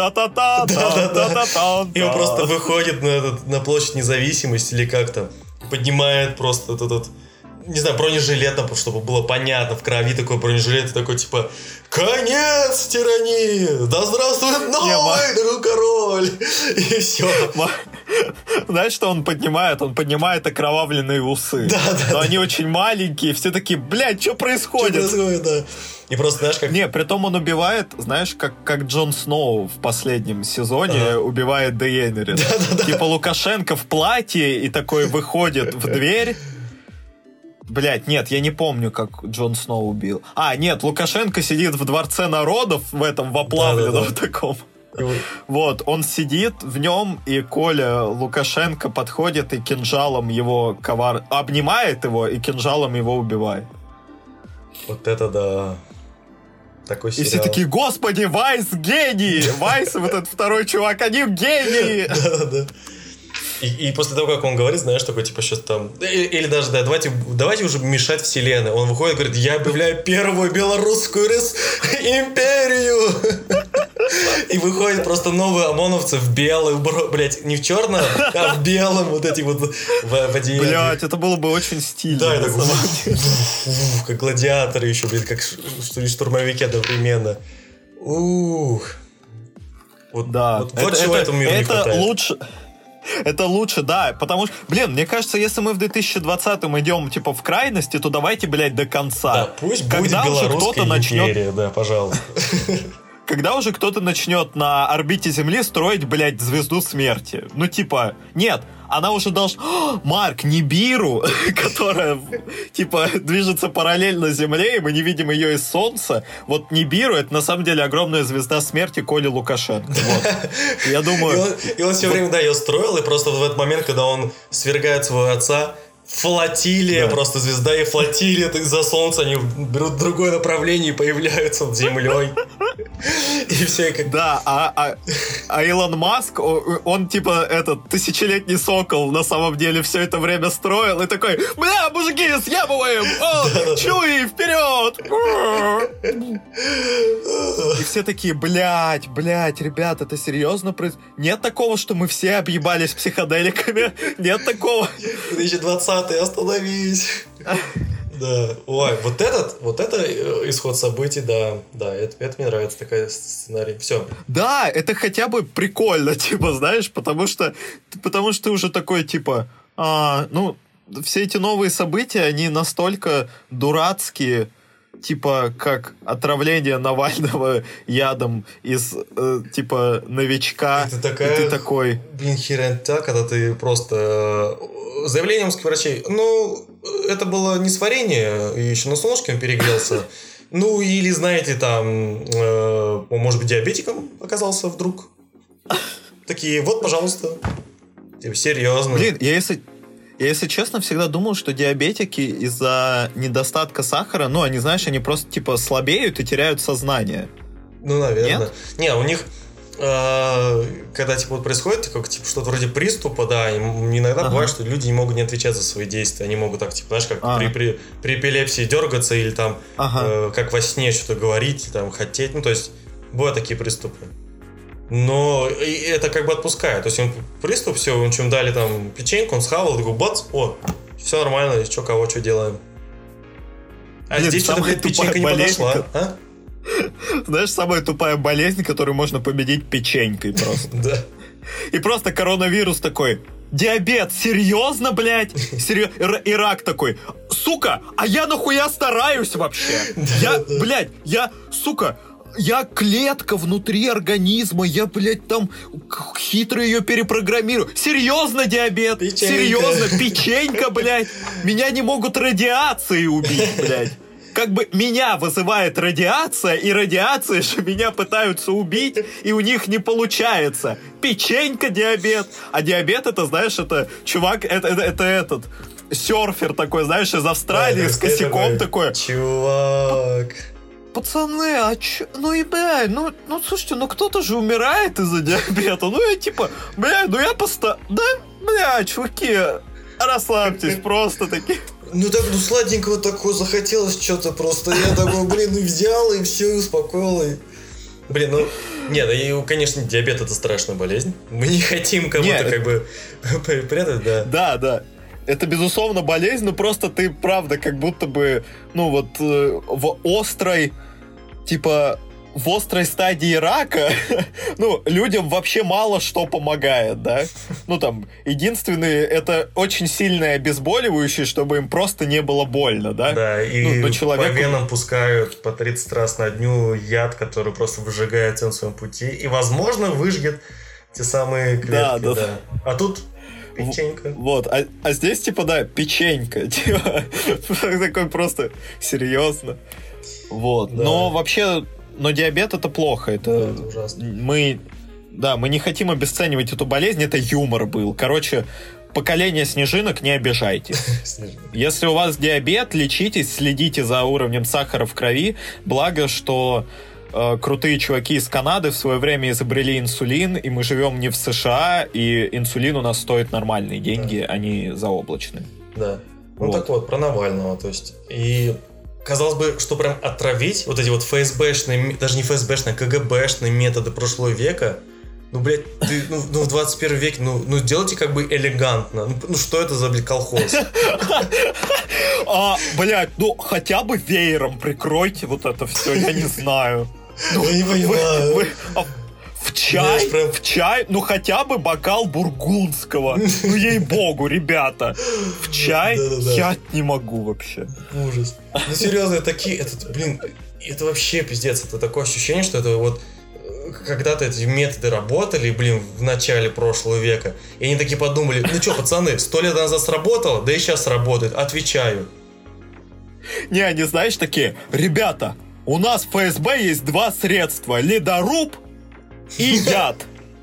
И он просто выходит на площадь Независимости или как-то, поднимает просто этот... Не знаю, бронежилет, чтобы было понятно, в крови такой бронежилет, и такой, типа, конец тирании! Да здравствует новый король! И все. Знаешь, что он поднимает? Он поднимает окровавленные усы. Но они очень маленькие, все такие, блядь, что происходит? Что происходит, да. И просто, знаешь, как... Не, притом он убивает, знаешь, как Джон Сноу в последнем сезоне убивает Дейенерис. Типа Лукашенко в платье и такой выходит в дверь. Блять, нет, я не помню, как Джон Сноу убил. Нет, Лукашенко сидит в Дворце народов, в этом, в оплавленном таком. Вот, он сидит в нем, и Коля Лукашенко подходит и кинжалом его обнимает его и кинжалом его убивает. Вот это да. Такой сериал. И все такие, господи, Вайс гений! Вайс, вот этот второй чувак, они гении! Да. И после того, как он говорит, знаешь, такой, типа, что-то там... Или даже, да, давайте уже мешать вселенной. Он выходит и говорит, я объявляю первую белорусскую империю! И выходят просто новые ОМОНовцы в белом, блядь, не в черном, а в белом, вот эти вот в одеянии. Блядь, это было бы очень стильно. Да, это как гладиаторы еще, блядь, как штурмовики одновременно. Вот чего этому миру не хватает. Это лучше, да, потому что, мне кажется, если мы в 2020-м идем, типа, в крайности, то давайте, блядь, до конца. Да, пусть когда будет белорусская империя, да, пожалуйста. Когда уже кто-то начнет на орбите Земли строить, блядь, звезду смерти. Ну, типа, нет, она уже должна... Марк, Нибиру, которая, типа, движется параллельно Земле, и мы не видим ее из Солнца. Вот Нибиру — это, на самом деле, огромная звезда смерти Коли Лукашенко. Вот. Я думаю... И он все время, да, ее строил, и просто в этот момент, когда он свергает своего отца, флотилия, просто звезда и флотилия из-за Солнца, они берут другое направление и появляются над Землей. И все как... Да, а Илон Маск, он типа этот тысячелетний сокол на самом деле все это время строил и такой, бля, мужики, съебываем! Чуи, вперед! И все такие, блядь, ребят, это серьезно? Нет такого, что мы все объебались психоделиками? Нет такого. 2020-й, остановись! Да, ой, вот это исход событий, да, это мне нравится, такой сценарий. Все. Да, это хотя бы прикольно, типа, знаешь, потому что ты уже такой, типа, все эти новые события, они настолько дурацкие, типа, как отравление Навального ядом из, типа, новичка. Это такая, и ты такой... Блин, херня, когда ты просто... Заявление омских врачей, это было несварение, и еще на солнышке он перегрелся. Или, знаете, там, может быть, диабетиком оказался вдруг. Такие, вот, пожалуйста. Серьезно. Блин, я если честно, всегда думал, что диабетики из-за недостатка сахара, они, знаешь, они просто, типа, слабеют и теряют сознание. Наверное. Нет? Не, у них... когда типа вот происходит как типа что-то вроде приступа, да, иногда бывает, что люди не могут не отвечать за свои действия, они могут так, типа, знаешь, как при эпилепсии дергаться или там как во сне что-то говорить, там хотеть, то есть бывают такие приступы. Но это как бы отпускает, то есть он приступ, все, он чем дали там печеньку, он схавал, такой бац, все нормально, что кого, что делаем. А здесь что-то, блядь, печенька не подошла, а? Знаешь, самая тупая болезнь, которую можно победить печенькой просто. Да. И просто коронавирус такой, диабет, серьезно, блядь? И рак такой, сука, а я нахуя стараюсь вообще? Сука, я клетка внутри организма, я, блядь, там хитро ее перепрограммирую. Серьезно, диабет? Печенька. Серьезно, печенька, блядь. Меня не могут радиацией убить, блядь. Как бы меня вызывает радиация, и радиации же меня пытаются убить, и у них не получается. Печенька, диабет. А диабет, это, знаешь, это чувак, это этот серфер такой, знаешь, из Австралии, с косяком такой. Чувак. Пацаны, а чё? Ну и, блядь, ну слушайте, ну кто-то же умирает из-за диабета. Ну я типа, блядь, ну я да, блядь, чуваки, расслабьтесь, просто такие. Ну так, ну сладенького такого захотелось что-то просто. Я такой, блин, и взял, и все, и успокоил. И... Блин, ну, нет, и, конечно, диабет это страшная болезнь. Мы не хотим кому-то как бы прятать, да. Да. Это, безусловно, болезнь, но просто ты, правда, как будто бы, ну вот, в острой стадии рака, ну, людям вообще мало что помогает, да? Ну, там, единственное, это очень сильное обезболивающее, чтобы им просто не было больно, да? Да, и ну, человеку... по венам пускают по 30 раз на дню яд, который просто выжигает на своем пути, и, возможно, выжгет те самые клетки, да. А тут... Печенька. Вот, а здесь, типа, да, печенька. Типа, такой просто серьезно. Вот. Да. Но вообще, диабет это плохо. Это ужасно. Мы не хотим обесценивать эту болезнь, это юмор был. Короче, поколение снежинок, не обижайтесь. Если у вас диабет, лечитесь, следите за уровнем сахара в крови. Благо, что крутые чуваки из Канады в свое время изобрели инсулин, и мы живем не в США, и инсулин у нас стоит нормальные деньги, а не заоблачные. Да. Ну так вот, про Навального, то есть. И казалось бы, что прям отравить вот эти вот ФСБшные, даже не ФСБшные, а КГБшные методы прошлого века, ну, блядь, ты, в 21 веке, ну, сделайте как бы элегантно. Ну, что это за, блядь, колхоз? Блядь, ну, хотя бы веером прикройте вот это все, я не знаю. Я не понимаю. В чай, ну хотя бы бокал бургундского. Ну ей-богу, ребята. В чай я не могу вообще. Ужас. Ну серьезно, это вообще пиздец. Это такое ощущение, что это вот когда-то эти методы работали, в начале прошлого века. И они такие подумали, ну что, пацаны, 100 лет назад сработало, да и сейчас работает. Отвечаю. Не, они, знаешь, такие, ребята, у нас в ФСБ есть два средства. Ледоруб и яд.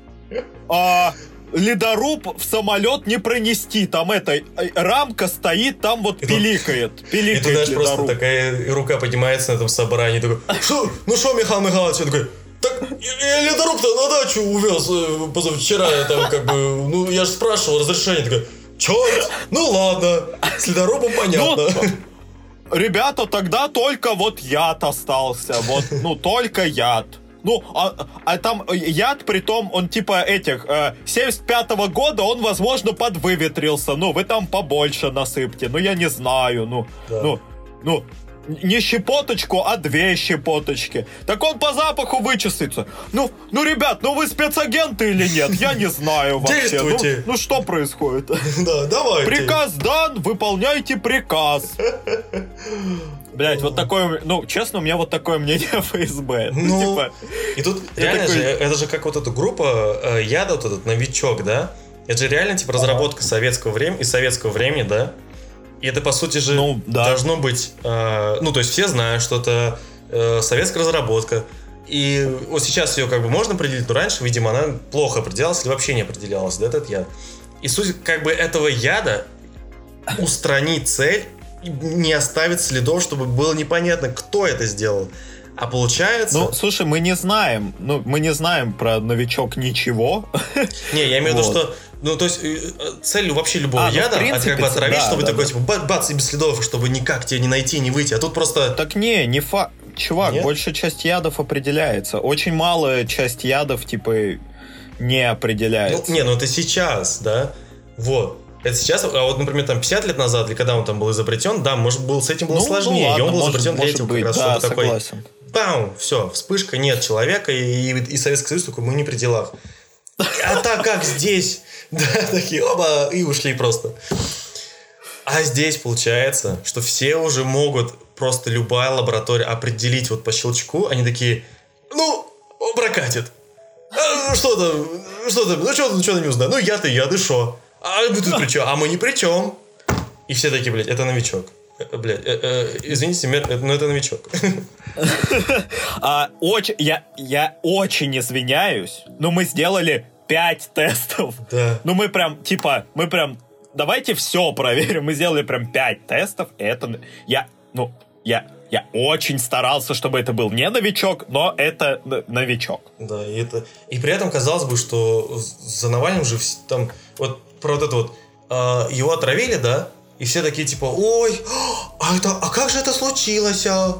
Ледоруб в самолет не пронести. Там рамка стоит, там вот пиликает. И ты знаешь, просто такая рука поднимается на этом собрании. Такой, ну что, Михаил Михайлович? Я такой, так я ледоруб-то на дачу увез позавчера. Там как бы, ну я же спрашивал разрешение. Такой, черт, ну ладно, с ледорубом понятно. Ребята, тогда только вот яд остался. Вот, ну, только яд. Ну, а там яд, притом, он типа 75-го года, он, возможно, подвыветрился. Ну, вы там побольше насыпьте. Ну, я не знаю. Ну, не щепоточку, а 2 щепоточки. Так он по запаху вычислится. Ну, ребят, ну вы спецагенты или нет? Я не знаю вообще. Действуйте. Ну, что происходит? Да, давайте. Приказ дан, выполняйте приказ. Блять, вот такое, ну, честно, у меня вот такое мнение о ФСБ. Ну, типа, и тут реально же, это же как вот эта группа яда, вот этот новичок, да? Это же реально, типа, разработка советского времени, да? И это, по сути же, должно быть, ну, то есть все знают, что это советская разработка. И вот сейчас ее как бы можно определить, но раньше, видимо, она плохо определялась или вообще не определялась, да, этот яд. И суть как бы этого яда устранить цель, не оставить следов, чтобы было непонятно, кто это сделал. А получается... Ну, слушай, мы не знаем про новичок ничего. Не, я имею в виду, что... Ну, то есть, цель вообще любого яда, это как бы отравить, чтобы такой, типа, бац, и без следов, чтобы никак тебя не найти, не выйти. А тут просто... Так не факт. Чувак, большая часть ядов определяется. Очень малая часть ядов, типа, не определяется. Ну, это сейчас, да? Вот. Это сейчас, а вот, например, там 50 лет назад, или когда он там был изобретен, да, может, с этим было сложнее. Ладно, и он был изобретен для этого как раз, да, чтобы такой... согласен. Бам! Все, вспышка, нет человека, и Советский Союз такой, мы не при делах. А так как здесь? Да, такие, оба, и ушли просто. А здесь получается, что все уже могут, просто любая лаборатория определить вот по щелчку, они такие, ну, прокатит. Что там, ну что не узнаю, ну я-то, шо? А мы тут при чем? А мы ни при чем. И все такие, блядь, это новичок. Блядь, извините, но это новичок. Я очень извиняюсь, но мы сделали 5 тестов. Да. Ну мы прям, давайте все проверим. Мы сделали прям 5 тестов. Я очень старался, чтобы это был не новичок, но это новичок. Да, и при этом казалось бы, что за Навальным же там вот про вот это вот его отравили, да? И все такие типа, ой, а как же это случилось? А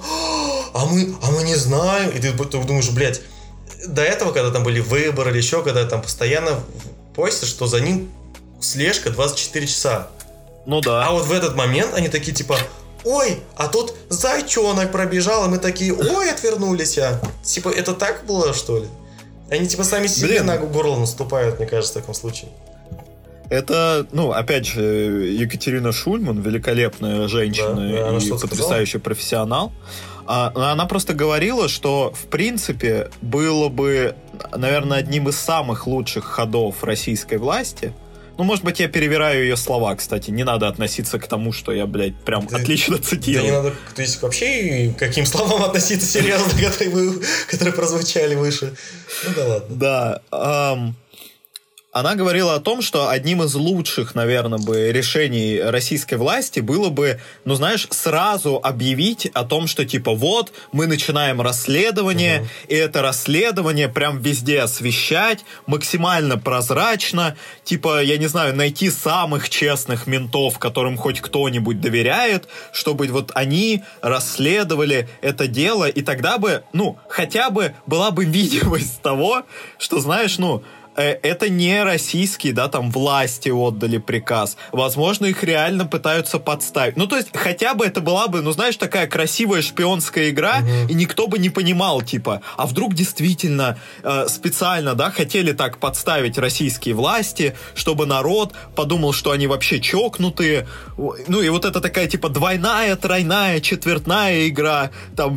мы не знаем. И ты думаешь, блядь, до этого, когда там были выборы или еще, когда там постоянно постят, что за ним слежка 24 часа. Ну да. А вот в этот момент они такие типа, ой, а тут зайчонок пробежал, и мы такие, ой, отвернулись. Типа, это так было, что ли? Они типа сами себе на горло наступают, мне кажется, в таком случае. Это, опять же, Екатерина Шульман, великолепная женщина и потрясающий профессионал. Она просто говорила, что, в принципе, было бы, наверное, одним из самых лучших ходов российской власти. Может быть, я перевираю ее слова, кстати. Не надо относиться к тому, что я, блядь, прям отлично цитирую. Да не надо, то есть, вообще к каким словам относиться серьезно, которые прозвучали выше. Ну да ладно. Да. Она говорила о том, что одним из лучших, наверное, решений российской власти было бы, сразу объявить о том, что, вот, мы начинаем расследование, и это расследование прям везде освещать, максимально прозрачно, найти самых честных ментов, которым хоть кто-нибудь доверяет, чтобы вот они расследовали это дело, и тогда бы, хотя бы была бы видимость того, что, это не российские, власти отдали приказ. Возможно, их реально пытаются подставить. То есть, хотя бы это была бы, такая красивая шпионская игра, и никто бы не понимал, а вдруг действительно специально, хотели так подставить российские власти, чтобы народ подумал, что они вообще чокнутые. И вот это такая, двойная, тройная, четвертная игра,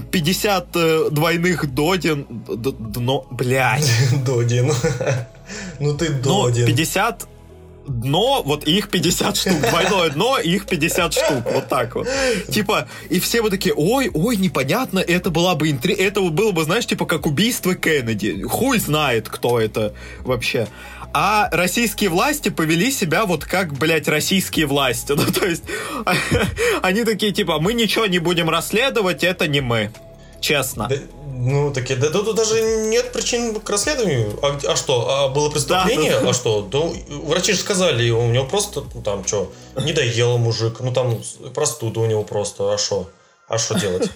50 двойных додин, блядь. Додин. Ну ты додин. 50 дно, вот их 50 штук. Двойное дно, их 50 штук. Вот так вот. И все вот такие, ой, непонятно, это была бы интрига. Это было бы, как убийство Кеннеди. Хуй знает, кто это вообще. А российские власти повели себя вот как, блядь, российские власти. То есть, они такие, мы ничего не будем расследовать, это не мы. Честно. Да тут даже нет причин к расследованию. А что? А было преступление? Да. А что? Да, врачи же сказали, у него просто, не доел мужик, простуда у него просто. А что? А что делать?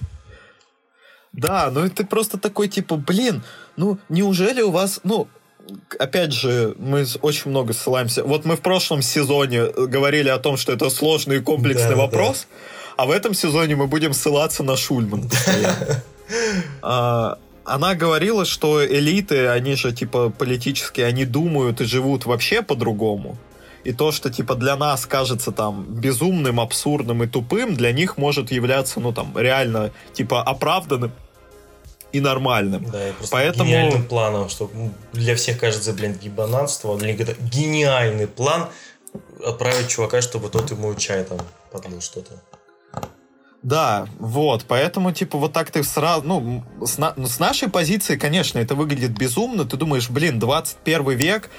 Да, ты просто такой, блин, неужели у вас, опять же, мы очень много ссылаемся. Вот мы в прошлом сезоне говорили о том, что это сложный и комплексный вопрос, а в этом сезоне мы будем ссылаться на Шульман постоянно. Она говорила, что элиты, они же, политические, они думают и живут вообще по-другому. И то, что, для нас кажется, безумным, абсурдным и тупым, для них может являться, реально, оправданным и нормальным. Да, и просто гениальным планом, что для всех кажется, гибанатство, для них это гениальный план отправить чувака, чтобы тот ему чай подлил что-то. Да, вот, поэтому, вот так ты сразу, с нашей позиции, конечно, это выглядит безумно, ты думаешь, 21 век,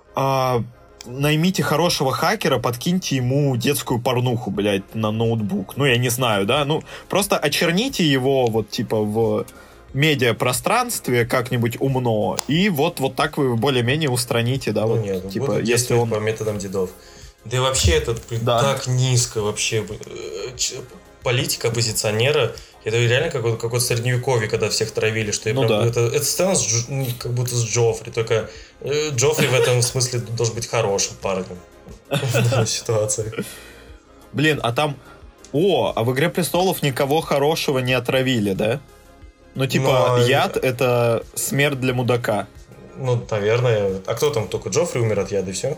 наймите хорошего хакера, подкиньте ему детскую порнуху, блядь, на ноутбук, я не знаю, да, просто очерните его, в медиапространстве как-нибудь умно, и вот так вы более-менее устраните, да, нет, если он... по методам дедов. Да и вообще это так низко вообще... Политика оппозиционера, это реально какое-то средневековье, когда всех травили, что это сцена как будто с Джоффри, только Джоффри в этом смысле должен быть хорошим парнем в данной ситуации. Блин, а там... а в «Игре престолов» никого хорошего не отравили, да? Яд — это смерть для мудака. Наверное. А кто там? Только Джоффри умер от яда, и все?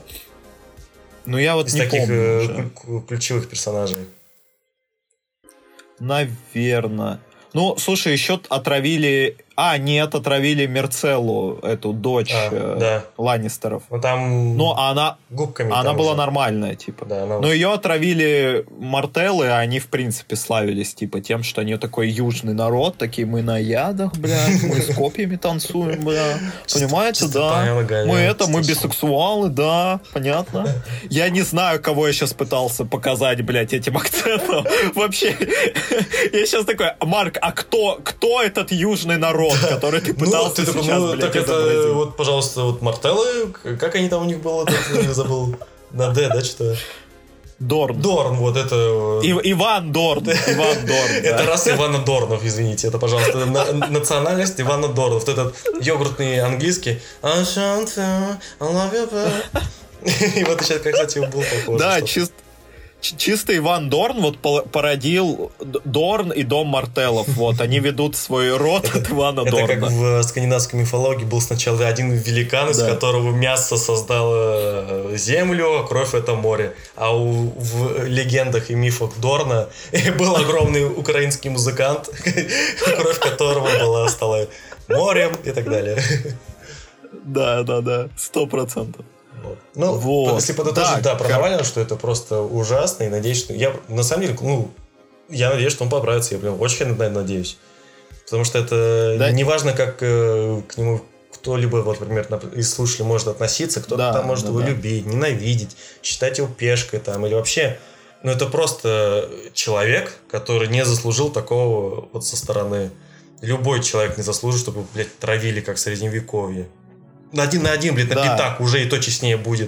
Я вот из не таких помню ключевых персонажей. Наверное. Слушай, еще отравили Нет, отравили Мирцеллу, эту дочь Ланнистеров. Ну, там но она была уже нормальная, типа. Да, но ее отравили Мартеллы, а они, в принципе, славились, типа, тем, что они такой южный народ, такие, мы на ядах, блядь, мы с копьями танцуем, бля. Понимаете, да? Мы бисексуалы, да, понятно. Я не знаю, кого я сейчас пытался показать, блядь, этим акцентом. Вообще, я сейчас такой, Марк, а кто этот южный народ, который ты пытался сейчас, блядь, так это, вот, пожалуйста, вот Мартеллы, как они там у них было, я забыл, на Д, да, что-то? Дорн, вот это... Иван Дорн. Это раз Ивана Дорнов, извините, это, пожалуйста, национальность Ивана Дорнов. Вот этот йогуртный английский. I love you. И вот сейчас, кстати, был похож. Да, чисто Иван Дорн вот породил Дорн и дом Мартеллов. Вот, они ведут свой род от Ивана Дорна. Это как в скандинавской мифологии был сначала один великан, из которого мясо создало землю, а кровь — это море. А в легендах и мифах Дорна был огромный украинский музыкант, кровь которого стала морем и так далее. Да, 100%. Ну, если подытожить, про Навального, что это просто ужасно, и надеюсь, что... Я, на самом деле, я надеюсь, что он поправится, я прям очень надеюсь. Потому что это неважно, как к нему кто-либо, вот, например, из слушателей может относиться, кто-то там может его любить, ненавидеть, считать его пешкой там, или вообще... Ну, это просто человек, который не заслужил такого вот со стороны. Любой человек не заслужит, чтобы, блядь, травили, как в Средневековье. Один на один, блядь, на пятак уже и то честнее будет.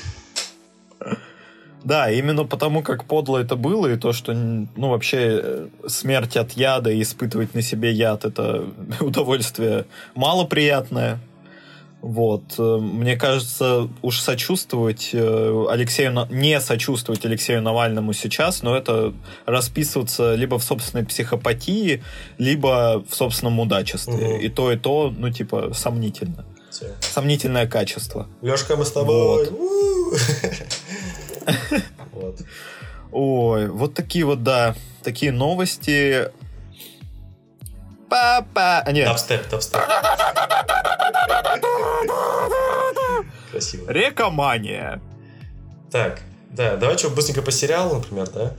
Да, именно потому, как подло это было, и то, что, вообще смерть от яда и испытывать на себе яд — это удовольствие малоприятное. Вот. Мне кажется, уж не сочувствовать Алексею Навальному сейчас, но это расписываться либо в собственной психопатии, либо в собственном мудачестве. И то, сомнительно. Сомнительное качество. Лёшка, мы с тобой. Вот. Ой, вот такие вот, такие новости. Папа! Нет. Тапстеп. Красиво. Рекомания. Так, давай быстренько по сериалу, например, да?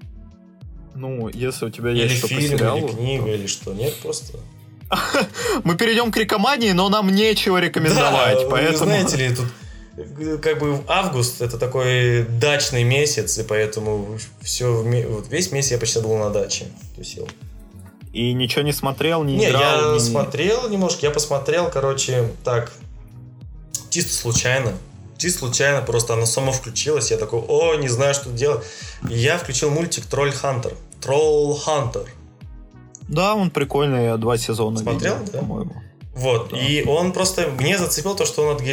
Если у тебя есть что по сериалу. Или книга, или что, нет, просто... Мы перейдем к рекомании, но нам нечего рекомендовать, поэтому... знаете ли, тут август — это такой дачный месяц, и поэтому весь месяц я почти был на даче, тусил. И ничего не смотрел, не играл? Я смотрел немножко, я посмотрел, так, чисто случайно, просто оно само включилось, я такой, не знаю, что делать. И я включил мультик Troll Hunter. Да, он прикольный, я 2 сезона смотрел, видел, по-моему. Вот, да. И он просто... Мне зацепил то, что он от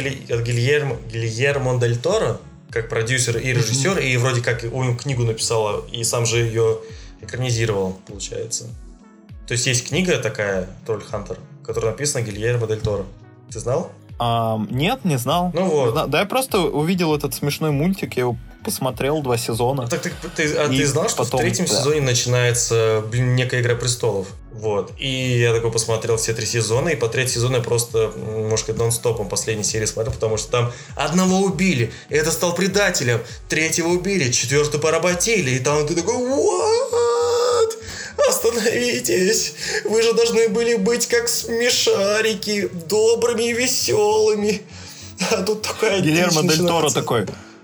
Гильермо Дель Торо, как продюсер и режиссер, и вроде как он книгу написал, и сам же ее экранизировал, получается. То есть есть книга такая, Troll Hunter, которая написана Гильермо Дель Торо. Ты знал? Нет, не знал. Ну вот. Да, я просто увидел этот смешной мультик, я его посмотрел 2 сезона. Ты знал, что потом, в 3-м сезоне начинается некая Игра престолов? Вот. И я такой посмотрел все 3 сезона, и по 3-й сезону я просто, может сказать, нон-стопом последней серии смотрел, потому что там одного убили, это стал предателем, 3-го убили, 4-го поработили, и там ты такой, what? Остановитесь! Вы же должны были быть как смешарики, добрыми и веселыми. А тут такая Гильермо Дель Торо такой: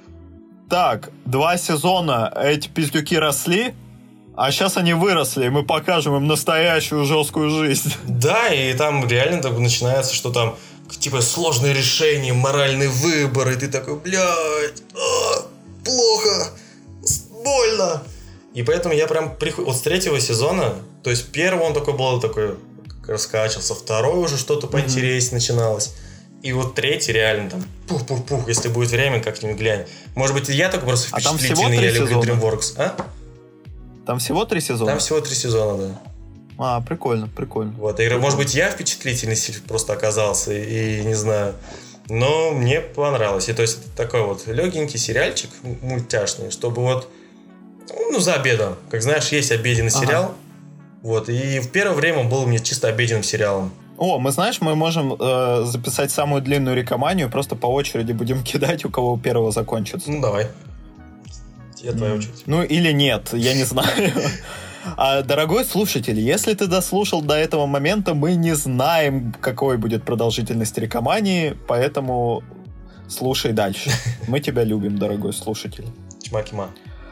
так, 2 сезона эти пиздюки росли, а сейчас они выросли, и мы покажем им настоящую жесткую жизнь. Да, и там реально так начинается, что там типа сложные решения, моральный выбор, и ты такой, блядь, плохо, больно. И поэтому я прям вот с 3-го сезона, то есть 1-й он был такой раскачивался, 2-й уже что-то поинтереснее начиналось. И вот 3-й реально там пух-пух-пух, если будет время, как-нибудь глянь. Может быть, я только просто впечатлительный, я люблю DreamWorks. Там всего 3 сезона? Там всего 3 сезона, да. Прикольно. Вот, и, может быть, я впечатлительный просто оказался, и не знаю. Но мне понравилось. И то есть, такой вот легенький сериальчик, мультяшный, чтобы вот, за обедом. Как знаешь, есть обеденный сериал. Вот, и в первое время он был мне чисто обеденным сериалом. О, мы можем записать самую длинную рекоманию, просто по очереди будем кидать, у кого первого закончится. Ну, давай. Твоя очередь. Ну, или нет, я не знаю. Дорогой слушатель, если ты дослушал до этого момента, мы не знаем, какой будет продолжительность рекомании, поэтому слушай дальше. Мы тебя любим, дорогой слушатель. Чмакима.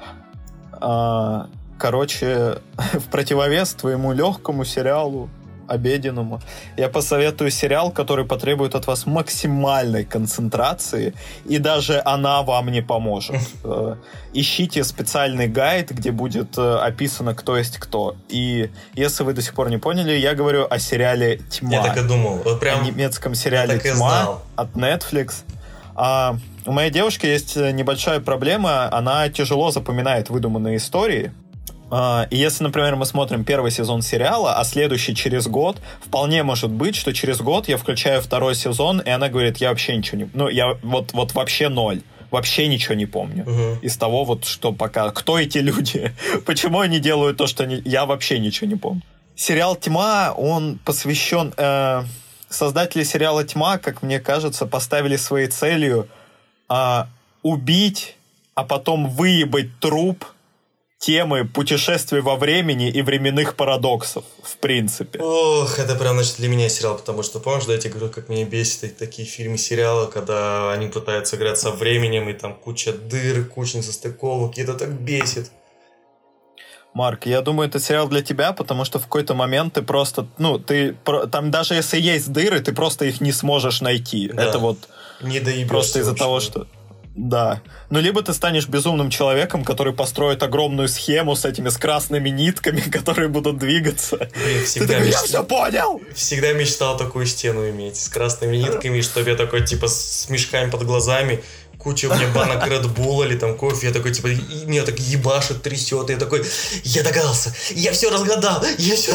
Короче, в противовес твоему легкому сериалу, обеденному, я посоветую сериал, который потребует от вас максимальной концентрации, и даже она вам не поможет. Ищите специальный гайд, где будет описано, кто есть кто. И если вы до сих пор не поняли, я говорю о сериале «Тьма». Я так и думал. О немецком сериале «Тьма» от Netflix. У моей девушки есть небольшая проблема. Она тяжело запоминает выдуманные истории. И если, например, мы смотрим первый сезон сериала, а следующий через год, вполне может быть, что через год я включаю второй сезон, и она говорит, я вообще ничего не... Ну, я вот вообще ноль. Вообще ничего не помню. Из того, вот что пока... Кто эти люди? Почему они делают то, что они... Я вообще ничего не помню. Сериал «Тьма», он посвящен... Создатели сериала «Тьма», как мне кажется, поставили своей целью убить, а потом выебать труп темы путешествий во времени и временных парадоксов, в принципе. Ох, это прям, значит, для меня сериал, потому что, помнишь, да, я тебе говорю, как меня бесит такие фильмы, сериалы, когда они пытаются играть со временем, и там куча дыр, куча несостыковок, и это так бесит. Марк, я думаю, это сериал для тебя, потому что в какой-то момент ты просто, там даже если есть дыры, ты просто их не сможешь найти. Да. Это вот не доебешься просто из-за того, что... Да. Ну, либо ты станешь безумным человеком, который построит огромную схему с этими красными нитками, которые будут двигаться. Блин, всегда я все понял! Всегда мечтал такую стену иметь с красными нитками, чтобы я такой, типа, с мешками под глазами, куча у меня банок Red Bull или там кофе, я такой, типа, меня так ебашит, трясет, и я такой, я догадался, я все разгадал!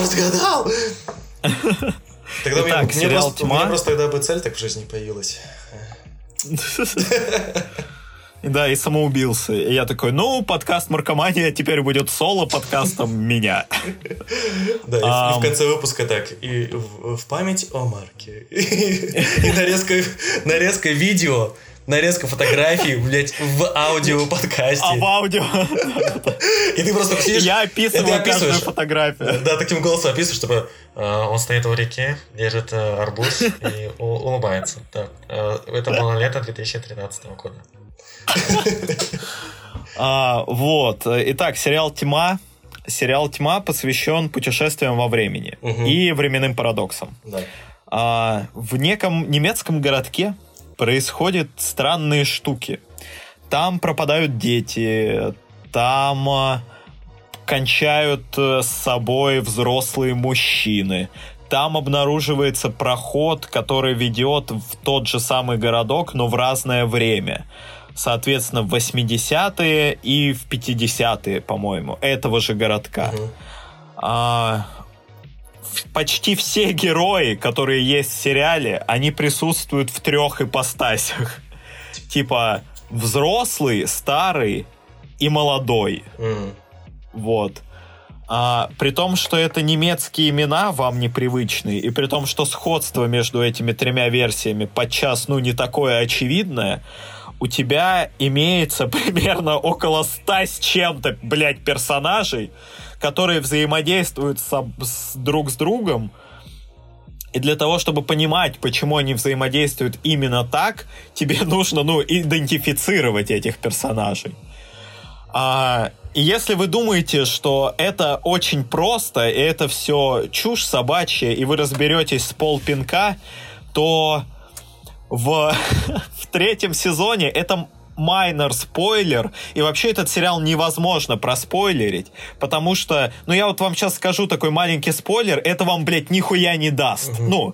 Тогда Итак, у меня просто тогда бы цель так в жизни появилась. Да, и самоубился. И я такой, подкаст «Маркомания» теперь будет соло-подкастом меня. Да, и в конце выпуска так, и в память о Марке. И нарезка видео, нарезка фотографий, блядь, в аудио-подкасте. В аудио. И ты просто сидишь... Я описываю каждую фотографию. Да, таким голосом описываешь, чтобы он стоит у реки, держит арбуз и улыбается. Да. Это было лето 2013 года. Вот. Итак, сериал «Тьма». Сериал «Тьма» посвящен путешествиям во времени и временным парадоксам. Да. В неком немецком городке происходят странные штуки. Там пропадают дети, там кончают с собой взрослые мужчины. Там обнаруживается проход, который ведет в тот же самый городок, но в разное время. Соответственно, в 80-е и в 50-е, по-моему, этого же городка. Почти все герои, которые есть в сериале, они присутствуют в 3 ипостасях. Типа взрослый, старый и молодой. Вот. При том, что это немецкие имена вам непривычные, и при том, что сходство между этими 3 версиями подчас, не такое очевидное, у тебя имеется примерно около 100 с чем-то, блядь, персонажей, которые взаимодействуют друг с другом. И для того, чтобы понимать, почему они взаимодействуют именно так, тебе нужно, идентифицировать этих персонажей. И если вы думаете, что это очень просто, и это все чушь собачья, и вы разберетесь с полпинка, то в 3 сезоне это майнер спойлер, и вообще этот сериал невозможно проспойлерить, потому что, я вот вам сейчас скажу такой маленький спойлер, это вам, блядь, нихуя не даст.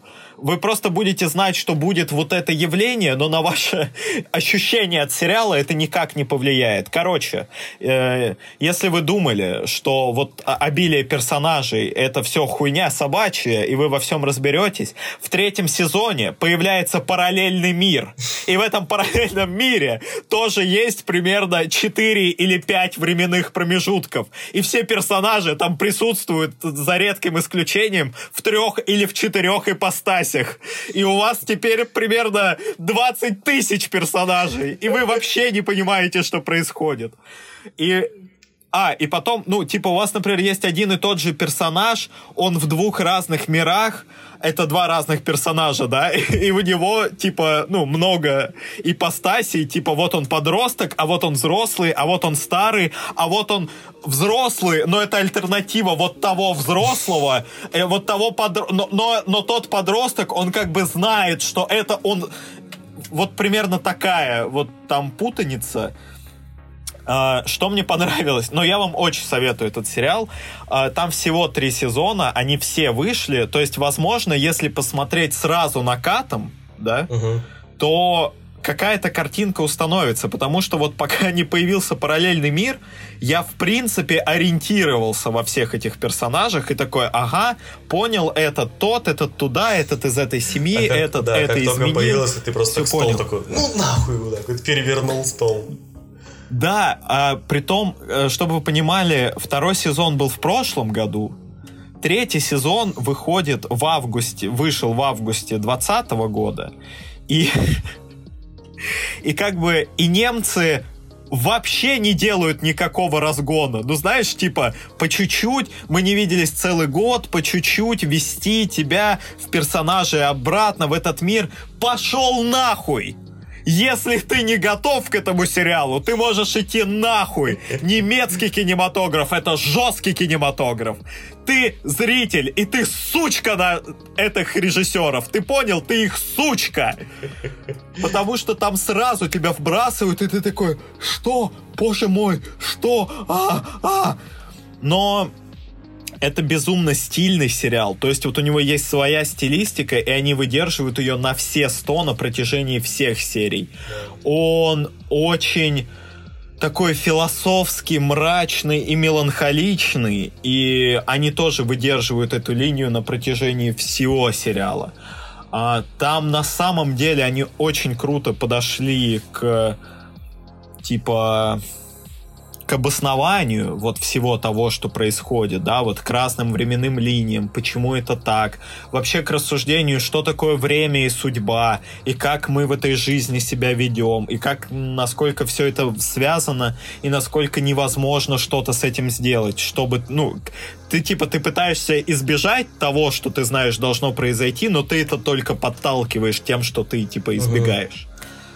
вы просто будете знать, что будет вот это явление, но на ваше ощущение от сериала это никак не повлияет. Короче, если вы думали, что вот обилие персонажей это все хуйня собачья, и вы во всем разберетесь, в 3-м сезоне появляется параллельный мир. И в этом параллельном мире тоже есть примерно 4 или 5 временных промежутков. И все персонажи там присутствуют, за редким исключением, в 3 или в 4 ипостасях. И у вас теперь примерно 20 тысяч персонажей, и вы вообще не понимаете, что происходит. И потом, у вас, например, есть один и тот же персонаж, он в 2 разных мирах, это 2 разных персонажа, да, и у него, много ипостасей, вот он подросток, а вот он взрослый, а вот он старый, а вот он взрослый, но это альтернатива вот того взрослого, вот того но тот подросток, он как бы знает, что это он, вот примерно такая вот там путаница. Что мне понравилось, но я вам очень советую этот сериал. Там всего 3 сезона, они все вышли. То есть, возможно, если посмотреть сразу накатом, да, то какая-то картинка установится, потому что вот пока не появился параллельный мир, я в принципе ориентировался во всех этих персонажах и такой, понял, этот тот, этот туда, этот из этой семьи, это изменил. Как только появился, ты просто стол такой, нахуй, вот так вот перевернул стол. Да, притом, чтобы вы понимали, 2-й сезон был в прошлом году, 3-й сезон вышел в августе 2020 года, и как бы и немцы вообще не делают никакого разгона. Знаешь, по чуть-чуть, мы не виделись целый год, по чуть-чуть ввести тебя в персонажей обратно в этот мир. Пошел нахуй! Если ты не готов к этому сериалу, ты можешь идти нахуй. Немецкий кинематограф — это жесткий кинематограф. Ты зритель, и ты сучка на этих режиссеров. Ты понял? Ты их сучка. Потому что там сразу тебя вбрасывают, и ты такой, что? Боже мой, что? Но это безумно стильный сериал. То есть вот у него есть своя стилистика, и они выдерживают ее на все 100 на протяжении всех серий. Он очень такой философский, мрачный и меланхоличный, и они тоже выдерживают эту линию на протяжении всего сериала. Там на самом деле они очень круто подошли к обоснованию вот всего того, что происходит, да, вот к разным временным линиям, почему это так, вообще к рассуждению, что такое время и судьба, и как мы в этой жизни себя ведем, и насколько все это связано, и насколько невозможно что-то с этим сделать, чтобы, ты пытаешься избежать того, что ты знаешь должно произойти, но ты это только подталкиваешь тем, что ты, избегаешь.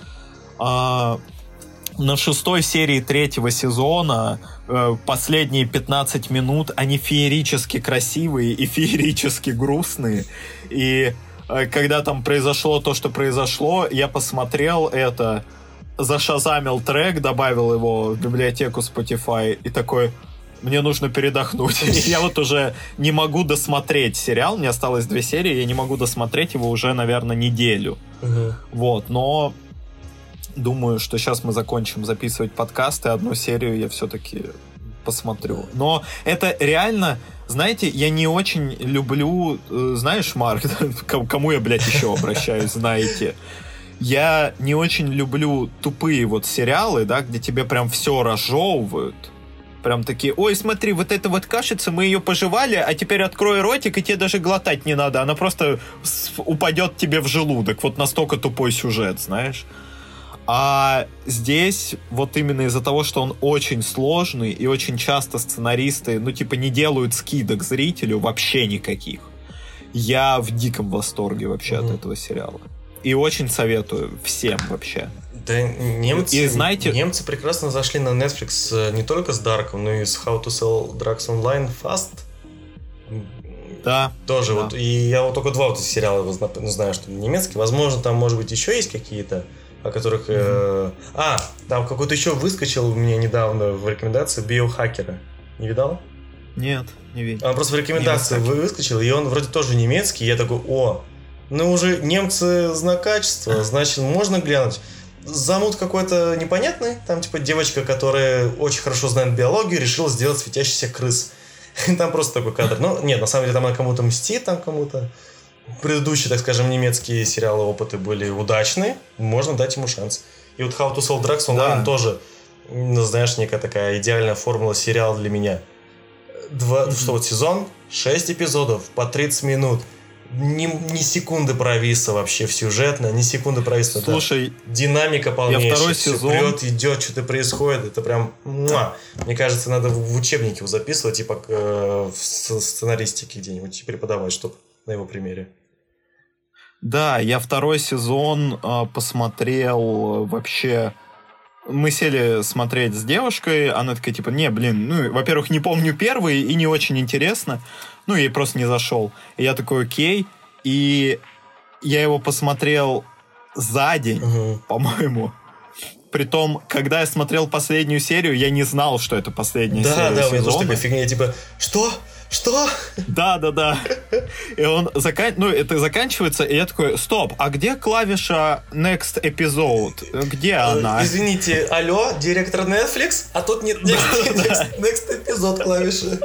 На 6-й серии 3-го сезона последние 15 минут, они феерически красивые и феерически грустные. И когда там произошло то, что произошло, я посмотрел это, зашазамил трек, добавил его в библиотеку Spotify и такой, мне нужно передохнуть. Я вот уже не могу досмотреть сериал, мне осталось 2 серии, я не могу досмотреть его уже, наверное, неделю. Вот, но думаю, что сейчас мы закончим записывать подкаст, и 1 серию я все-таки посмотрю. Но это реально, знаете, я не очень люблю, знаешь, Марк, кому я, блядь, еще обращаюсь, знаете, я не очень люблю тупые вот сериалы, да, где тебе прям все разжевывают, прям такие, ой, смотри, вот эта вот кашица, мы ее пожевали, а теперь открой ротик, и тебе даже глотать не надо, она просто упадет тебе в желудок, вот настолько тупой сюжет, знаешь. А здесь вот именно из-за того, что он очень сложный, и очень часто сценаристы, не делают скидок зрителю вообще никаких. Я в диком восторге вообще от этого сериала. И очень советую всем вообще. Да, немцы прекрасно зашли на Netflix не только с Дарком, но и с How to Sell Drugs Online Fast. Да. Тоже да. Вот. И я вот только 2 вот сериала знаю, что немецкий. Возможно, там, может быть, еще есть какие-то, о которых... там какой-то еще выскочил у меня недавно в рекомендации биохакера. Не видал? Нет, не видел. Он просто в рекомендации выскочил, и он вроде тоже немецкий. И я такой, Ну, уже немцы знак качества, значит, можно глянуть. Замут какой-то непонятный. Там, типа, девочка, которая очень хорошо знает биологию, решила сделать светящийся крыс. Там просто такой кадр. Ну, нет, на самом деле, там она кому-то мстит, там кому-то. Предыдущие, так скажем, немецкие сериалы, опыты были удачные. Можно дать ему шанс. И вот How to Sell Drugs Online тоже, знаешь, некая такая идеальная формула сериала для меня. Что вот сезон, 6 эпизодов по 30 минут. Ни секунды провиса вообще в сюжетно, ни секунды провиса. Слушай, динамика полнейшая. Второй сезон... Вперед идет, что-то происходит. Это прям... Мне кажется, надо в учебнике его записывать, типа в сценаристике где-нибудь преподавать, чтобы на его примере. Да, я второй сезон посмотрел вообще... Мы сели смотреть с девушкой, она такая, типа, во-первых, не помню первый и не очень интересно, ей просто не зашел. И я такой, окей, и я его посмотрел за день, по-моему. Притом, когда я смотрел последнюю серию, я не знал, что это последняя серия сезона. Да, у меня тоже такая фигня, типа, что? Да. И это заканчивается, и я такой, стоп, а где клавиша Next Episode? Где она? Извините, алло, директор Netflix? А тут нет Next Episode клавиши.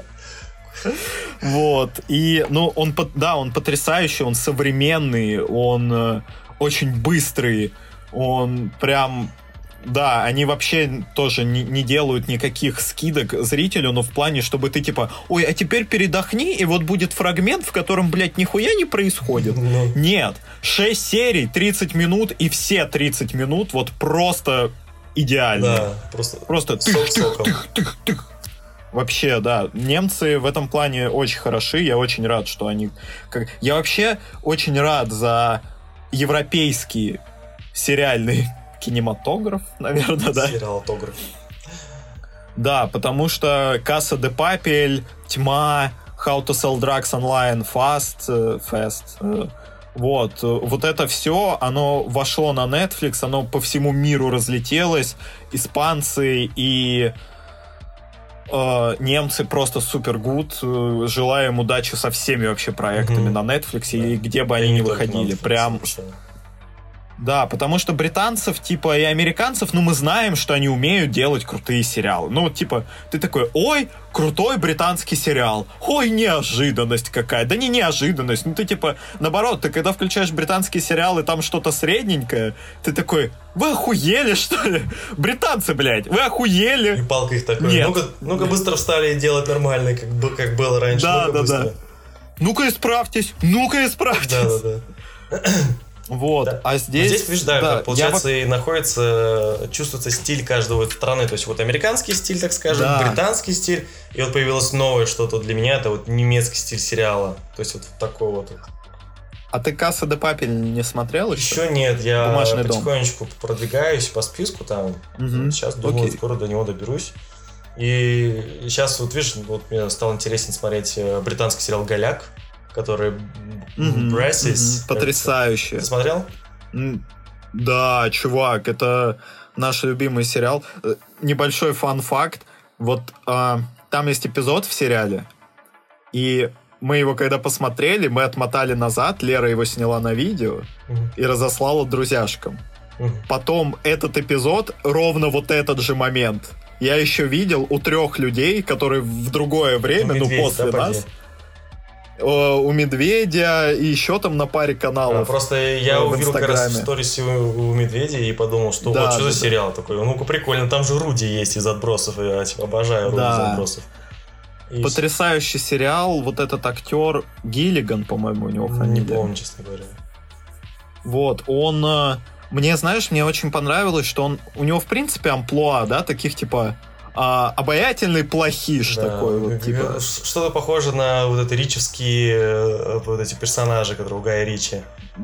Вот, и, он потрясающий, он современный, он очень быстрый, он прям... Да, они вообще тоже не делают никаких скидок зрителю, но в плане, чтобы ты типа, ой, а теперь передохни, и вот будет фрагмент, в котором, блядь, нихуя не происходит. Нет, 6 серий, 30 минут, и все 30 минут вот просто идеально. Да, просто тых. Вообще, да, немцы в этом плане очень хороши, я очень рад, что они... Я вообще очень рад за европейский сериальный кинематограф, наверное, да? Сериалотограф. Да, потому что Casa de Papel, Тьма, How to Sell Drugs Online, Fast, вот это все, оно вошло на Netflix, оно по всему миру разлетелось, испанцы и немцы просто супер гуд, желаем удачи со всеми вообще проектами на Netflix, и где бы они ни выходили, прям... Да, потому что британцев, типа, и американцев, мы знаем, что они умеют делать крутые сериалы. Ты такой, ой, крутой британский сериал. Ой, неожиданность какая. Да не неожиданность. Ты, типа, наоборот, ты когда включаешь британский сериал, и там что-то средненькое, ты такой, вы охуели, что ли? Британцы, блядь, вы охуели? И палка их такой, нет. Ну-ка быстро встали и делать нормально, как было раньше. Да. Ну-ка исправьтесь. Да. Вот, да. А здесь, видишь, получается, и чувствуется стиль каждой страны. То есть вот американский стиль, так скажем, британский стиль, и вот появилось новое что-то для меня, это вот немецкий стиль сериала. То есть вот такой вот. А ты Casa de Papel не смотрел еще? Еще нет, я потихонечку продвигаюсь по списку там. Сейчас, думаю, скоро до него доберусь. И сейчас, вот видишь, вот мне стало интереснее смотреть британский сериал «Голяк», который Braces. Потрясающе. Ты смотрел? Да, чувак, это наш любимый сериал. Небольшой фан-факт. Вот там есть эпизод в сериале, и мы его когда посмотрели, мы отмотали назад, Лера его сняла на видео и разослала друзьяшкам. Потом этот эпизод, ровно вот этот же момент, я еще видел у 3 людей, которые в другое время, после нас, у Медведя и еще там на паре каналов. Просто я увидел как раз в сторисе у Медведя и подумал, что что за сериал такой. Ну-ка, прикольно, там же Руди есть из «Отбросов», я обожаю Руди из «Отбросов». Потрясающий сериал, вот этот актер Гиллиган, по-моему, у него фамилия. Не помню, честно говоря. Вот, он... Мне очень понравилось, что у него, в принципе, амплуа, да, таких, типа... обаятельный плохиш такой вот, типа. Что-то похоже на вот эти ричевские вот эти персонажи, которые у Гая Ричи.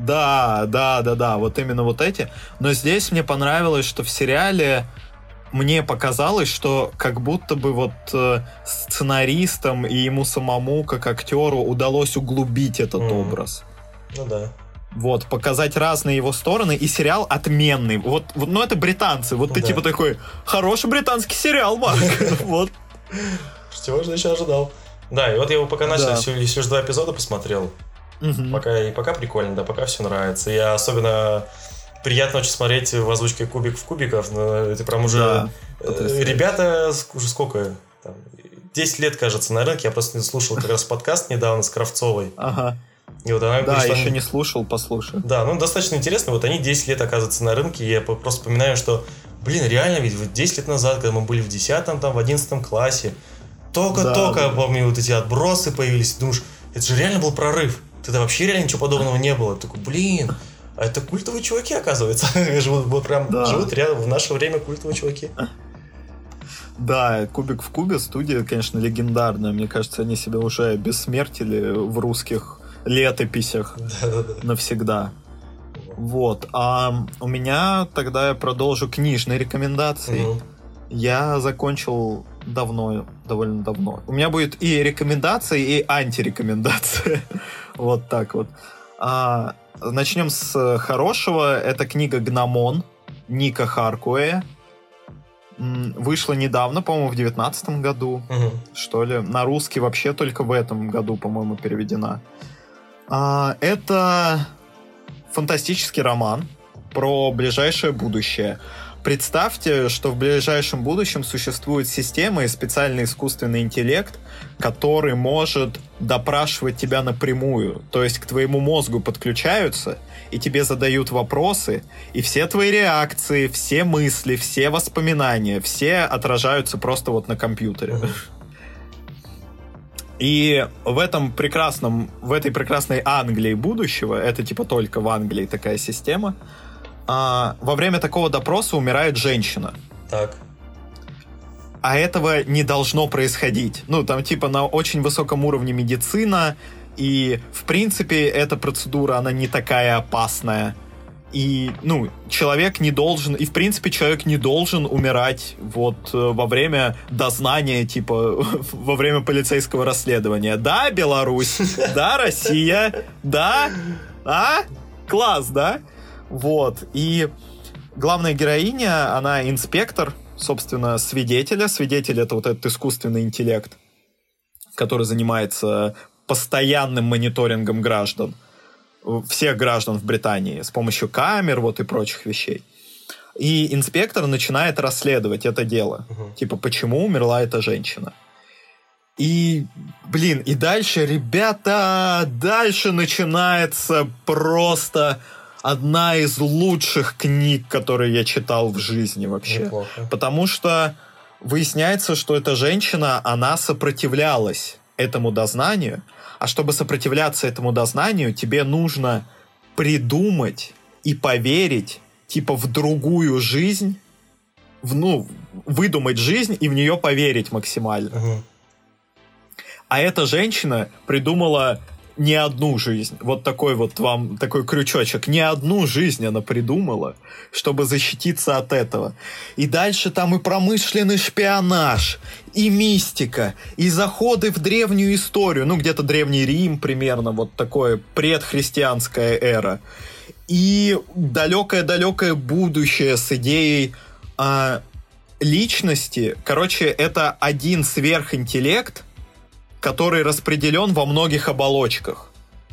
Да, вот именно вот эти. Но здесь мне понравилось, что в сериале мне показалось, что как будто бы вот сценаристам и ему самому, как актеру, удалось углубить этот образ. Ну да. Вот, показать разные его стороны, и сериал отменный. Вот, это британцы. Вот ты типа такой, хороший британский сериал, Марк. Вот. Чего же я еще ожидал? Да, и вот я его пока начал, еще 2 эпизода посмотрел. Пока прикольно, да, пока все нравится. И особенно приятно очень смотреть в озвучке кубиков. Это прям уже... ребята, уже сколько? Там, 10 лет, кажется, на рынке. Я просто слушал как раз подкаст недавно с Кравцовой. Ага. И вот она говорит, еще не слушал, послушай. Да, достаточно интересно. Вот они 10 лет, оказывается, на рынке. И я просто вспоминаю, что, реально, ведь 10 лет назад, когда мы были в 10-м, в 11 классе, только, помню, вот эти отбросы появились. Ты думаешь, это же реально был прорыв. Тогда вообще реально ничего подобного не было. Ты такой, а это культовые чуваки, оказывается. живут рядом в наше время культовые чуваки. Да, «Кубик в кубе» студия, конечно, легендарная. Мне кажется, они себя уже бессмертили в русских летописях навсегда. Вот. А у меня тогда я продолжу книжные рекомендации. Я закончил довольно давно. У меня будет и рекомендации, и антирекомендации. Вот так вот. Начнем с хорошего. Это книга «Гномон» Ника Харкуэя. Вышла недавно, по-моему, в 2019 году, что ли. На русский вообще только в этом году, по-моему, переведена. Это фантастический роман про ближайшее будущее. Представьте, что в ближайшем будущем существует система и специальный искусственный интеллект, который может допрашивать тебя напрямую. То есть к твоему мозгу подключаются, и тебе задают вопросы, и все твои реакции, все мысли, все воспоминания, все отражаются просто вот на компьютере. И в этой прекрасной Англии будущего, это типа только в Англии такая система, во время такого допроса умирает женщина. Так. А этого не должно происходить. Там типа на очень высоком уровне медицина, и в принципе эта процедура, она не такая опасная. И, человек не должен, и в принципе человек не должен умирать вот во время дознания, типа во время полицейского расследования. Да, Беларусь, да, Россия, да, класс, да? Вот, и главная героиня, она инспектор, собственно, свидетеля. Свидетель — это вот этот искусственный интеллект, который занимается постоянным мониторингом граждан, всех граждан в Британии с помощью камер вот и прочих вещей. И инспектор начинает расследовать это дело. Типа, почему умерла эта женщина. И, и дальше, ребята, дальше начинается просто... одна из лучших книг, которые я читал в жизни вообще. Неплохо. Потому что выясняется, что эта женщина, она сопротивлялась этому дознанию, а чтобы сопротивляться этому дознанию, тебе нужно придумать и поверить типа в другую жизнь, выдумать жизнь и в нее поверить максимально. А эта женщина придумала не одну жизнь. Вот такой вот вам такой крючочек. Не одну жизнь она придумала, чтобы защититься от этого. И дальше там и промышленный шпионаж, и мистика, и заходы в древнюю историю. Где-то Древний Рим примерно, вот такое предхристианская эра. И далекое-далекое будущее с идеей личности. Короче, это один сверхинтеллект, который распределен во многих оболочках.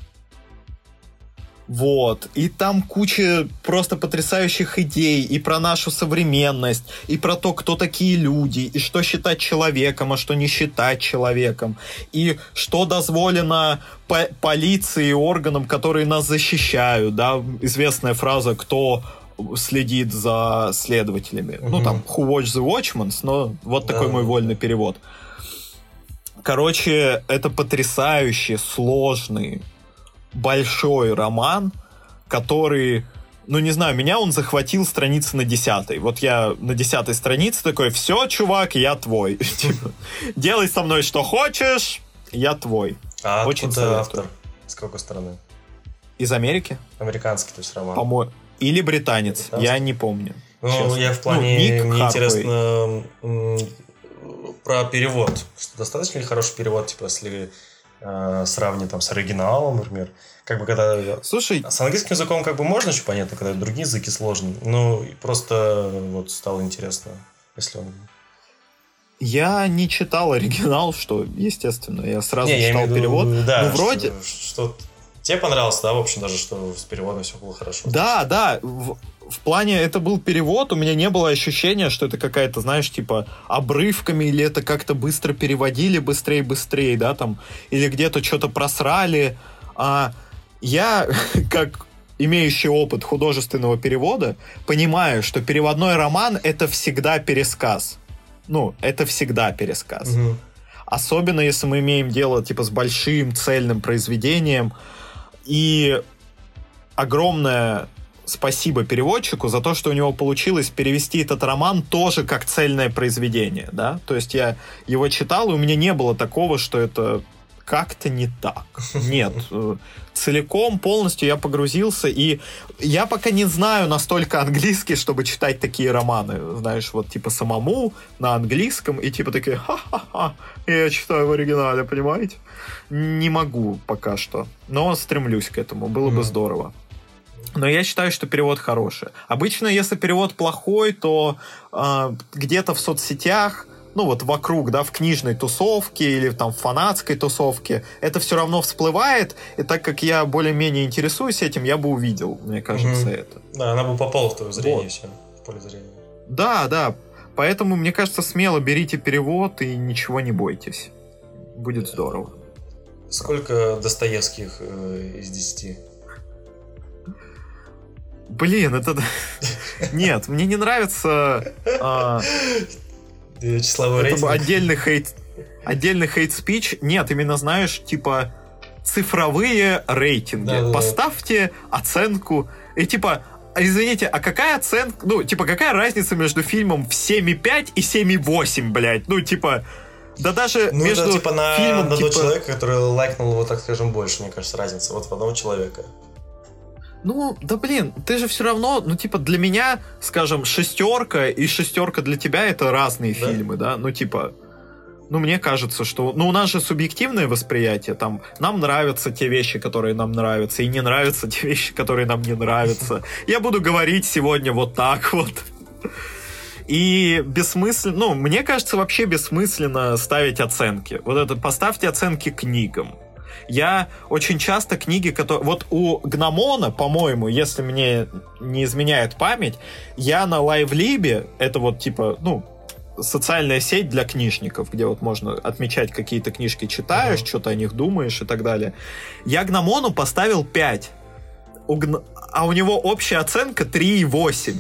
Вот. И там куча просто потрясающих идей и про нашу современность, и про то, кто такие люди, и что считать человеком, а что не считать человеком, и что дозволено полиции и органам, которые нас защищают. Да? Известная фраза «кто следит за следователями». Там «who watch the watchmen», но вот такой мой вольный перевод. Короче, это потрясающий, сложный, большой роман, который, не знаю, меня он захватил страницы на 10-й. Вот я на 10-й странице такой: все, чувак, я твой. Делай со мной что хочешь, я твой. Очень советую. Автор? С какой стороны? Из Америки. Американский, то есть роман. По-моему. Или британец, я не помню. Я в плане, мне интересно... Про перевод. Достаточно ли хороший перевод, типа, если сравнивать там с оригиналом, например? Когда... Слушай... С английским языком можно еще понятно, когда другие языки сложные. Просто вот стало интересно, если он... Я не читал оригинал, что, естественно. Я сразу читал перевод. Да, вроде... Что Тебе понравилось, да, в общем, даже, что с переводом все было хорошо? Да. В плане, это был перевод, у меня не было ощущения, что это какая-то, знаешь, типа, обрывками, или это как-то быстро переводили, быстрее, да, там, или где-то что-то просрали. Я, как имеющий опыт художественного перевода, понимаю, что переводной роман — это всегда пересказ. Это всегда пересказ. Угу. Особенно, если мы имеем дело, типа, с большим цельным произведением. И огромное спасибо переводчику за то, что у него получилось перевести этот роман тоже как цельное произведение, да? То есть я его читал, и у меня не было такого, что это как-то не так. Нет. Целиком, полностью я погрузился, и я пока не знаю настолько английский, чтобы читать такие романы. Знаешь, вот типа самому на английском, и типа такие, ха-ха-ха, я читаю в оригинале, понимаете? Не могу пока что. Но стремлюсь к этому, было бы здорово. Но я считаю, что перевод хороший. Обычно, если перевод плохой, то где-то в соцсетях, вокруг, да, в книжной тусовке или там в фанатской тусовке, это все равно всплывает, и так как я более-менее интересуюсь этим, я бы увидел, мне кажется, это. Да, она бы попала в твое зрение, все, в поле зрения. Да, поэтому, мне кажется, смело берите перевод и ничего не бойтесь. Будет здорово. Сколько Достоевских из 10? Блин, это... Нет, мне не нравится... Это отдельный хейт-спич. Нет, именно, знаешь, типа цифровые рейтинги. Да. Поставьте оценку. И типа, извините, а какая оценка... какая разница между фильмом в 7,5 и 7,8, блядь? Да даже между это, типа, фильмом... на человека, который лайкнул его, так скажем, больше, мне кажется, разница. Вот в одного человека. Ты же все равно, для меня, скажем, 6 и 6 для тебя — это разные фильмы, да? Мне кажется, что... у нас же субъективное восприятие, там, нам нравятся те вещи, которые нам нравятся, и не нравятся те вещи, которые нам не нравятся. Я буду говорить сегодня вот так вот. И бессмысленно... мне кажется, вообще бессмысленно ставить оценки. Поставьте оценки книгам. Я очень часто книги, которые... Вот у Гномона, по-моему, если мне не изменяет память, я на Лайвлибе, это социальная сеть для книжников, где можно отмечать, какие-то книжки читаешь, что-то о них думаешь и так далее. Я Гномону поставил 5. А у него общая оценка 3,8.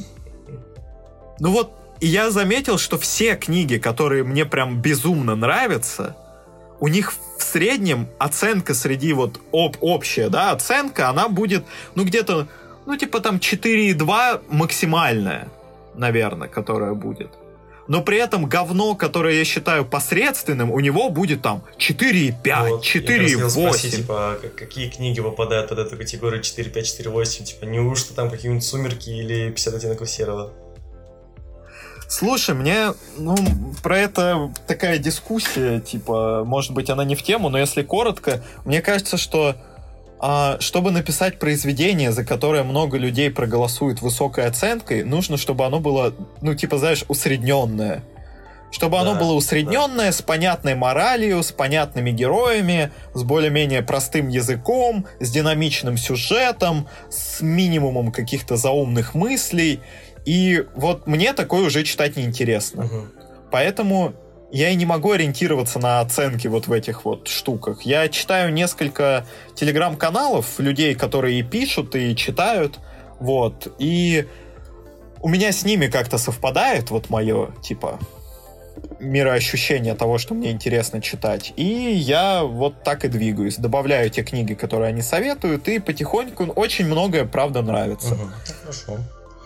И я заметил, что все книги, которые мне прям безумно нравятся, у них в среднем оценка среди общая, да, оценка, она будет, где-то, там 4,2 максимальная, наверное, которая будет. Но при этом говно, которое я считаю посредственным, у него будет там 4,5, 4,8. Спросить, какие книги попадают под эту категорию 4,5, 4,8? Неужто там какие-нибудь «Сумерки» или 50 оттенков серого? Слушай, мне, про это такая дискуссия, может быть, она не в тему, но если коротко, мне кажется, что чтобы написать произведение, за которое много людей проголосует высокой оценкой, нужно, чтобы оно было, усредненное. Чтобы оно было усредненное, с понятной моралью, с понятными героями, с более-менее простым языком, с динамичным сюжетом, с минимумом каких-то заумных мыслей. И мне такое уже читать неинтересно. Поэтому я и не могу ориентироваться на оценки в этих штуках. Я читаю несколько телеграм-каналов людей, которые и пишут, и читают. И у меня с ними как-то совпадает мое, мироощущение того, что мне интересно читать. И я так и двигаюсь. Добавляю те книги, которые они советуют, и потихоньку очень многое, правда, нравится. Хорошо.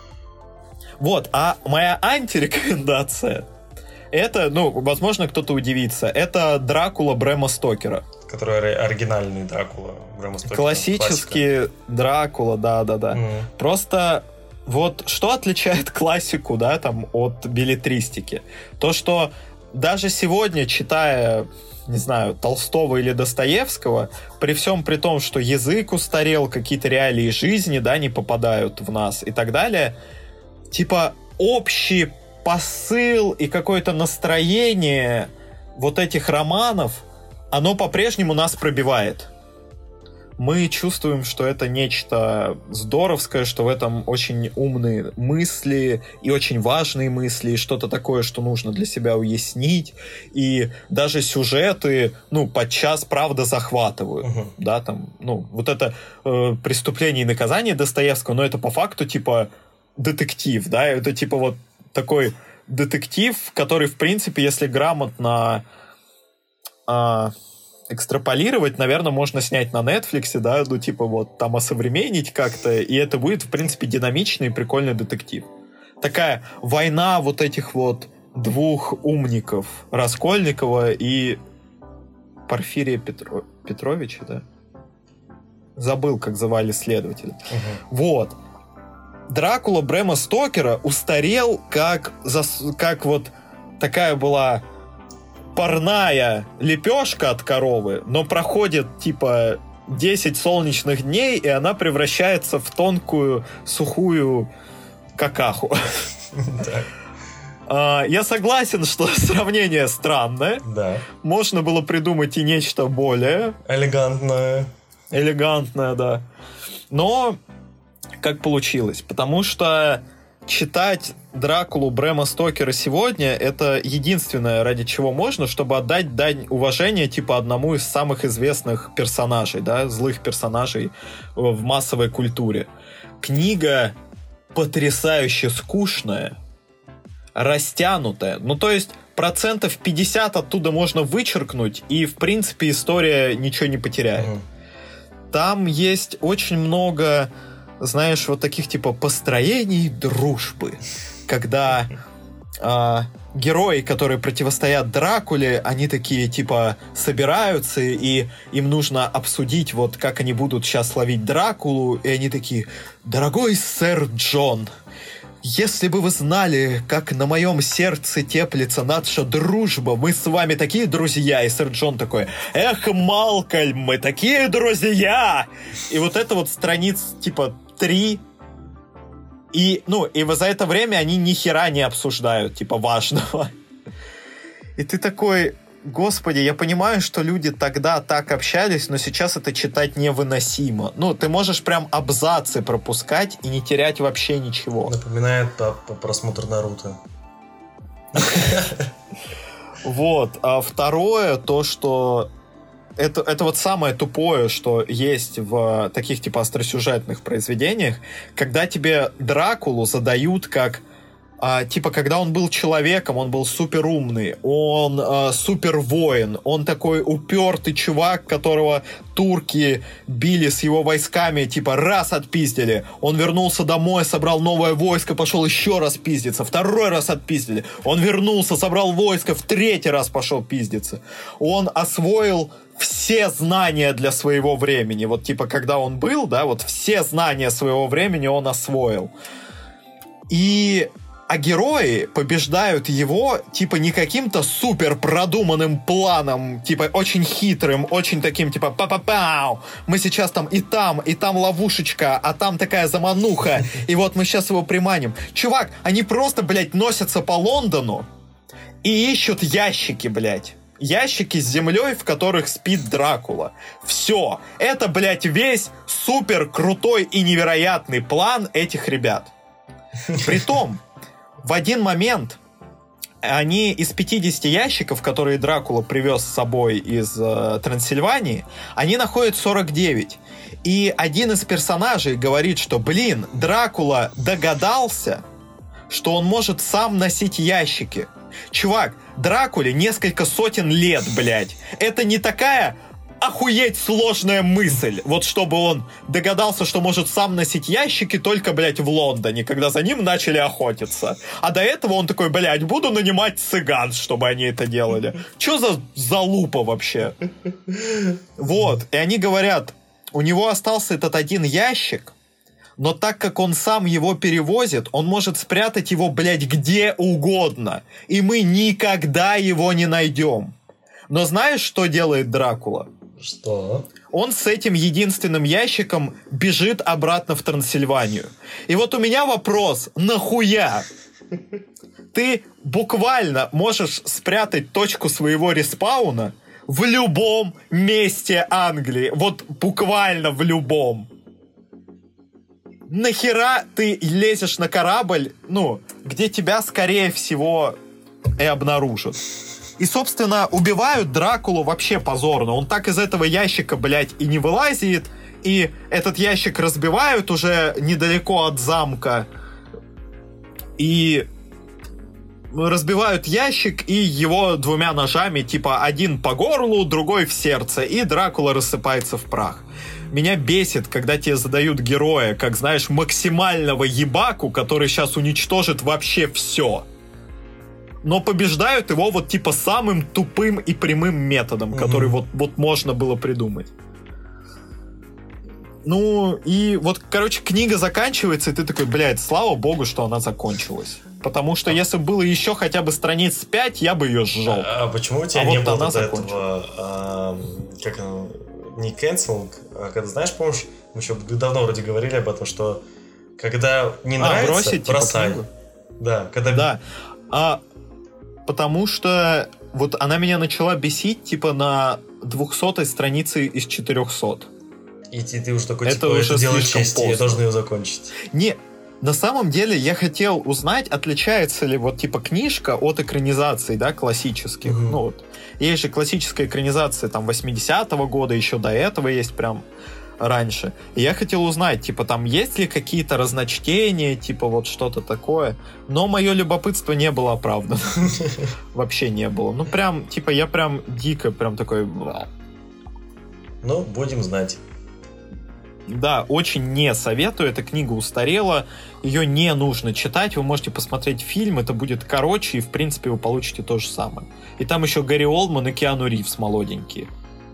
А моя антирекомендация — это, возможно, кто-то удивится, это «Дракула» Брэма Стокера. Который оригинальный Дракула Брэма Стокера. Классический Дракула, да. Просто что отличает классику, да, от беллетристики? То, что даже сегодня, читая, не знаю, Толстого или Достоевского, при всем при том, что язык устарел, какие-то реалии жизни, да, не попадают в нас и так далее, общий посыл и какое-то настроение этих романов, оно по-прежнему нас пробивает. мы чувствуем, что это нечто здоровское, что в этом очень умные мысли и очень важные мысли, и что-то такое, что нужно для себя уяснить. И даже сюжеты, подчас, правда, захватывают. Да, там, вот это «Преступление и наказание» Достоевского, но это по факту, типа, детектив, да, это, типа, вот такой детектив, который, в принципе, если грамотно экстраполировать, наверное, можно снять на Netflix, да, там осовременить как-то, и это будет, в принципе, динамичный и прикольный детектив. Такая война вот этих вот двух умников, Раскольникова и Порфирия Петровича, да? Забыл, как звали следователя. Вот. Дракула Брэма Стокера устарел как вот такая была парная лепешка от коровы, но проходит, 10 солнечных дней, и она превращается в тонкую, сухую какаху. Я согласен, что сравнение странное. Да. Можно было придумать и нечто более... Элегантное, да. Но как получилось? Потому что читать Дракулу Брэма Стокера сегодня — это единственное, ради чего можно, чтобы отдать дань уважения одному из самых известных персонажей, да, злых персонажей в массовой культуре. Книга потрясающе скучная, растянутая. То есть 50% оттуда можно вычеркнуть, и, в принципе, история ничего не потеряет. Там есть очень много, знаешь, вот таких построений дружбы. Когда герои, которые противостоят Дракуле, они такие, собираются, и им нужно обсудить, вот как они будут сейчас ловить Дракулу, и они такие: «Дорогой сэр Джон, если бы вы знали, как на моем сердце теплится наша дружба, мы с вами такие друзья». И сэр Джон такой: «Эх, Малкольм, мы такие друзья!» И вот это вот страниц 3. И за это время они ни хера не обсуждают, важного. И ты такой: Господи, я понимаю, что люди тогда так общались, но сейчас это читать невыносимо. Ты можешь прям абзацы пропускать и не терять вообще ничего. Напоминает по просмотру Наруто. Вот. А второе, то, что это вот самое тупое, что есть в таких остросюжетных произведениях, когда тебе Дракулу задают как... когда он был человеком, он был супер умный, он супер воин, он такой упертый чувак, которого турки били с его войсками, раз отпиздили, он вернулся домой, собрал новое войско, пошел еще раз пиздиться, второй раз отпиздили, он вернулся, собрал войско, в третий раз пошел пиздиться, он освоил все знания для своего времени, вот когда он был, да, вот все знания своего времени он освоил. А герои побеждают его, не каким-то супер продуманным планом, очень хитрым, очень таким, па-па-пау, мы сейчас там, и там ловушечка, а там такая замануха, и вот мы сейчас его приманим. Чувак, они просто, блядь, носятся по Лондону и ищут ящики, блядь. Ящики с землей, в которых спит Дракула. Все. Это, блядь, весь супер крутой и невероятный план этих ребят. Притом, в один момент они из 50 ящиков, которые Дракула привез с собой из Трансильвании, они находят 49. И один из персонажей говорит, что, Дракула догадался, что он может сам носить ящики. Чувак, Дракуле несколько сотен лет, блядь. Это не такая охуеть сложная мысль. Вот чтобы он догадался, что может сам носить ящики только, блядь, в Лондоне, когда за ним начали охотиться. А до этого он такой: блядь, буду нанимать цыган, чтобы они это делали. Чё за залупа вообще? Вот. И они говорят, у него остался этот один ящик, но так как он сам его перевозит, он может спрятать его, блядь, где угодно. И мы никогда его не найдем. Но знаешь, что делает Дракула? Что? Он с этим единственным ящиком бежит обратно в Трансильванию. И вот у меня вопрос: нахуя? Ты буквально можешь спрятать точку своего респауна В любом месте Англии. Вот буквально в любом. Нахера ты лезешь на корабль, где тебя, скорее всего, и обнаружат. И, собственно, убивают Дракулу вообще позорно. Он так из этого ящика, блядь, и не вылазит. И этот ящик разбивают уже недалеко от замка. И разбивают ящик, и его 2 ножами, типа, один по горлу, другой в сердце. И Дракула рассыпается в прах. Меня бесит, когда тебе задают героя, как, знаешь, максимального ебаку, который сейчас уничтожит вообще все. Но побеждают его вот типа самым тупым и прямым методом, который вот можно было придумать. И вот, короче, книга заканчивается, и ты такой, блядь, слава богу, что она закончилась. Потому что если было еще хотя бы страниц 5, я бы ее сжег. А почему у тебя не было до этого, как оно, не кэнселинг, а когда, знаешь, помнишь, мы еще давно вроде говорили об этом, что когда не нравится, бросить, бросай. Типа, да, когда... Да, потому что вот она меня начала бесить типа на 200-й странице из 400. И ты уже такой, это уже дело чести, я должен ее закончить. Не, на самом деле я хотел узнать, отличается ли вот типа книжка от экранизаций, да, классических. Есть же классическая экранизация там 80-го года, еще до этого есть прям раньше. И я хотел узнать, типа, там есть ли какие-то разночтения, типа, вот что-то такое. Но мое любопытство не было оправдано. Вообще не было. Прям, типа, я прям дико, прям такой... будем знать. Да, очень не советую. Эта книга устарела. Ее не нужно читать. Вы можете посмотреть фильм. Это будет короче, и, в принципе, вы получите то же самое. И там еще Гарри Олдман и Киану Ривз молоденькие.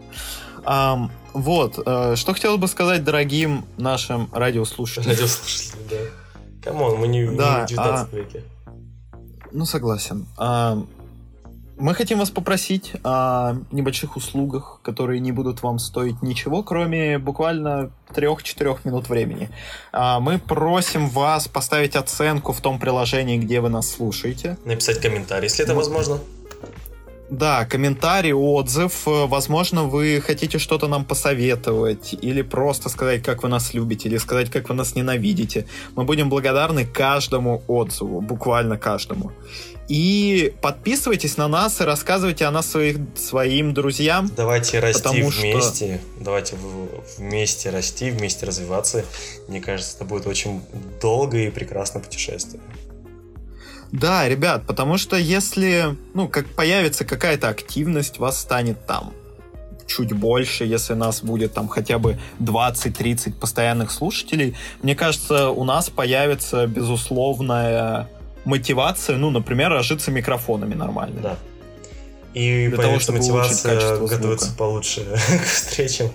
Что хотел бы сказать дорогим нашим радиослушателям. Да. Камон, мы не в 19 веке. Согласен. Мы хотим вас попросить о небольших услугах, которые не будут вам стоить ничего, кроме буквально 3-4 минут времени. Мы просим вас поставить оценку в том приложении, где вы нас слушаете. Написать комментарий, если это возможно. Да, комментарий, отзыв. Возможно, вы хотите что-то нам посоветовать, или просто сказать, как вы нас любите, или сказать, как вы нас ненавидите. Мы будем благодарны каждому отзыву, буквально каждому. И подписывайтесь на нас и рассказывайте о нас своим друзьям. Давайте расти вместе. Давайте вместе расти, вместе развиваться. Мне кажется, это будет очень долгое и прекрасное путешествие. Да, ребят, потому что если, как появится какая-то активность, вас станет там чуть больше, если нас будет там хотя бы 20-30 постоянных слушателей, мне кажется, у нас появится безусловная мотивация, например, разжиться микрофонами нормально. Да. И для того, чтобы мотивация готовиться получше к встречам.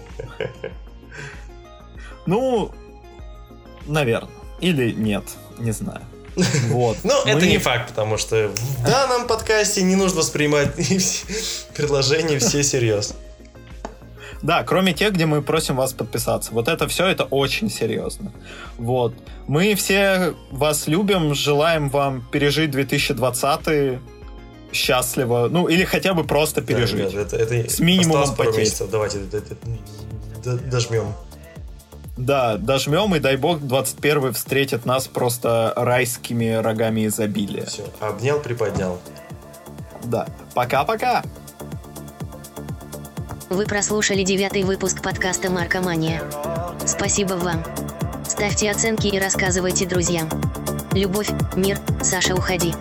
Наверное. Или нет, не знаю. Это не факт, потому что в данном подкасте не нужно воспринимать предложения все серьезно. Да, кроме тех, где мы просим вас подписаться. Вот это все, это очень серьезно. Мы все вас любим, желаем вам пережить 2020 счастливо, или хотя бы просто пережить. Да, это с минимумом потерь. Давайте дожмем. Да, дожмем, и дай бог 21-й встретит нас просто райскими рогами изобилия. Все, обнял, приподнял. Да, пока-пока! Вы прослушали 9-й выпуск подкаста «Маркомания». Спасибо вам. Ставьте оценки и рассказывайте друзьям. Любовь, мир, Саша, уходи.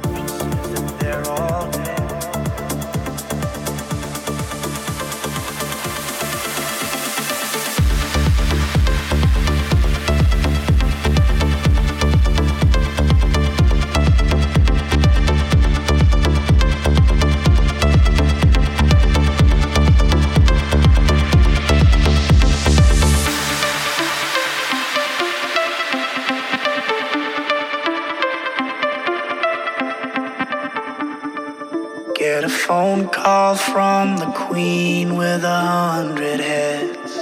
Get a phone call from the queen with 100 heads.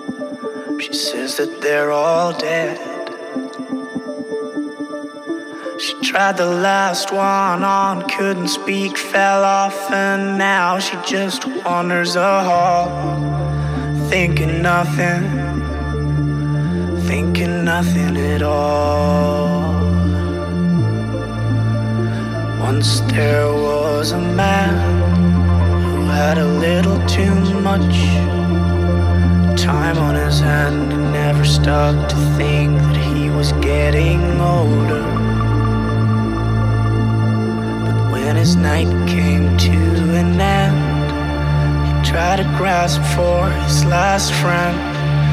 She says that they're all dead. She tried the last one on, couldn't speak, fell off, and now she just wanders a hall, thinking nothing at all. Once there was a man who had a little too much time on his hand and never stopped to think that he was getting older. But when his night came to an end, he tried to grasp for his last friend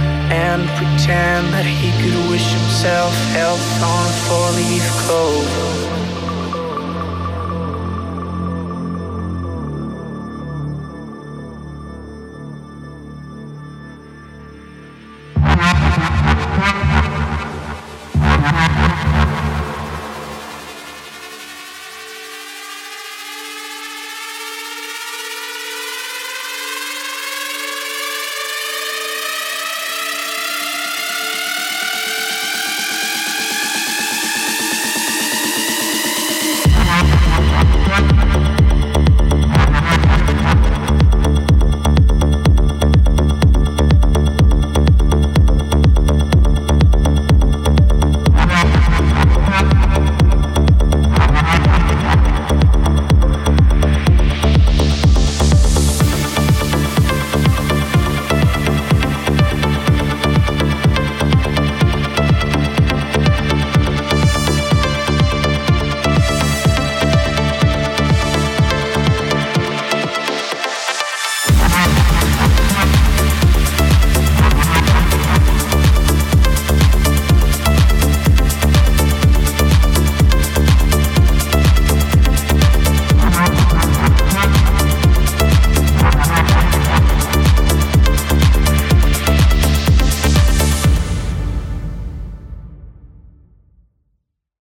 and pretend that he could wish himself health on a four-leaf clover.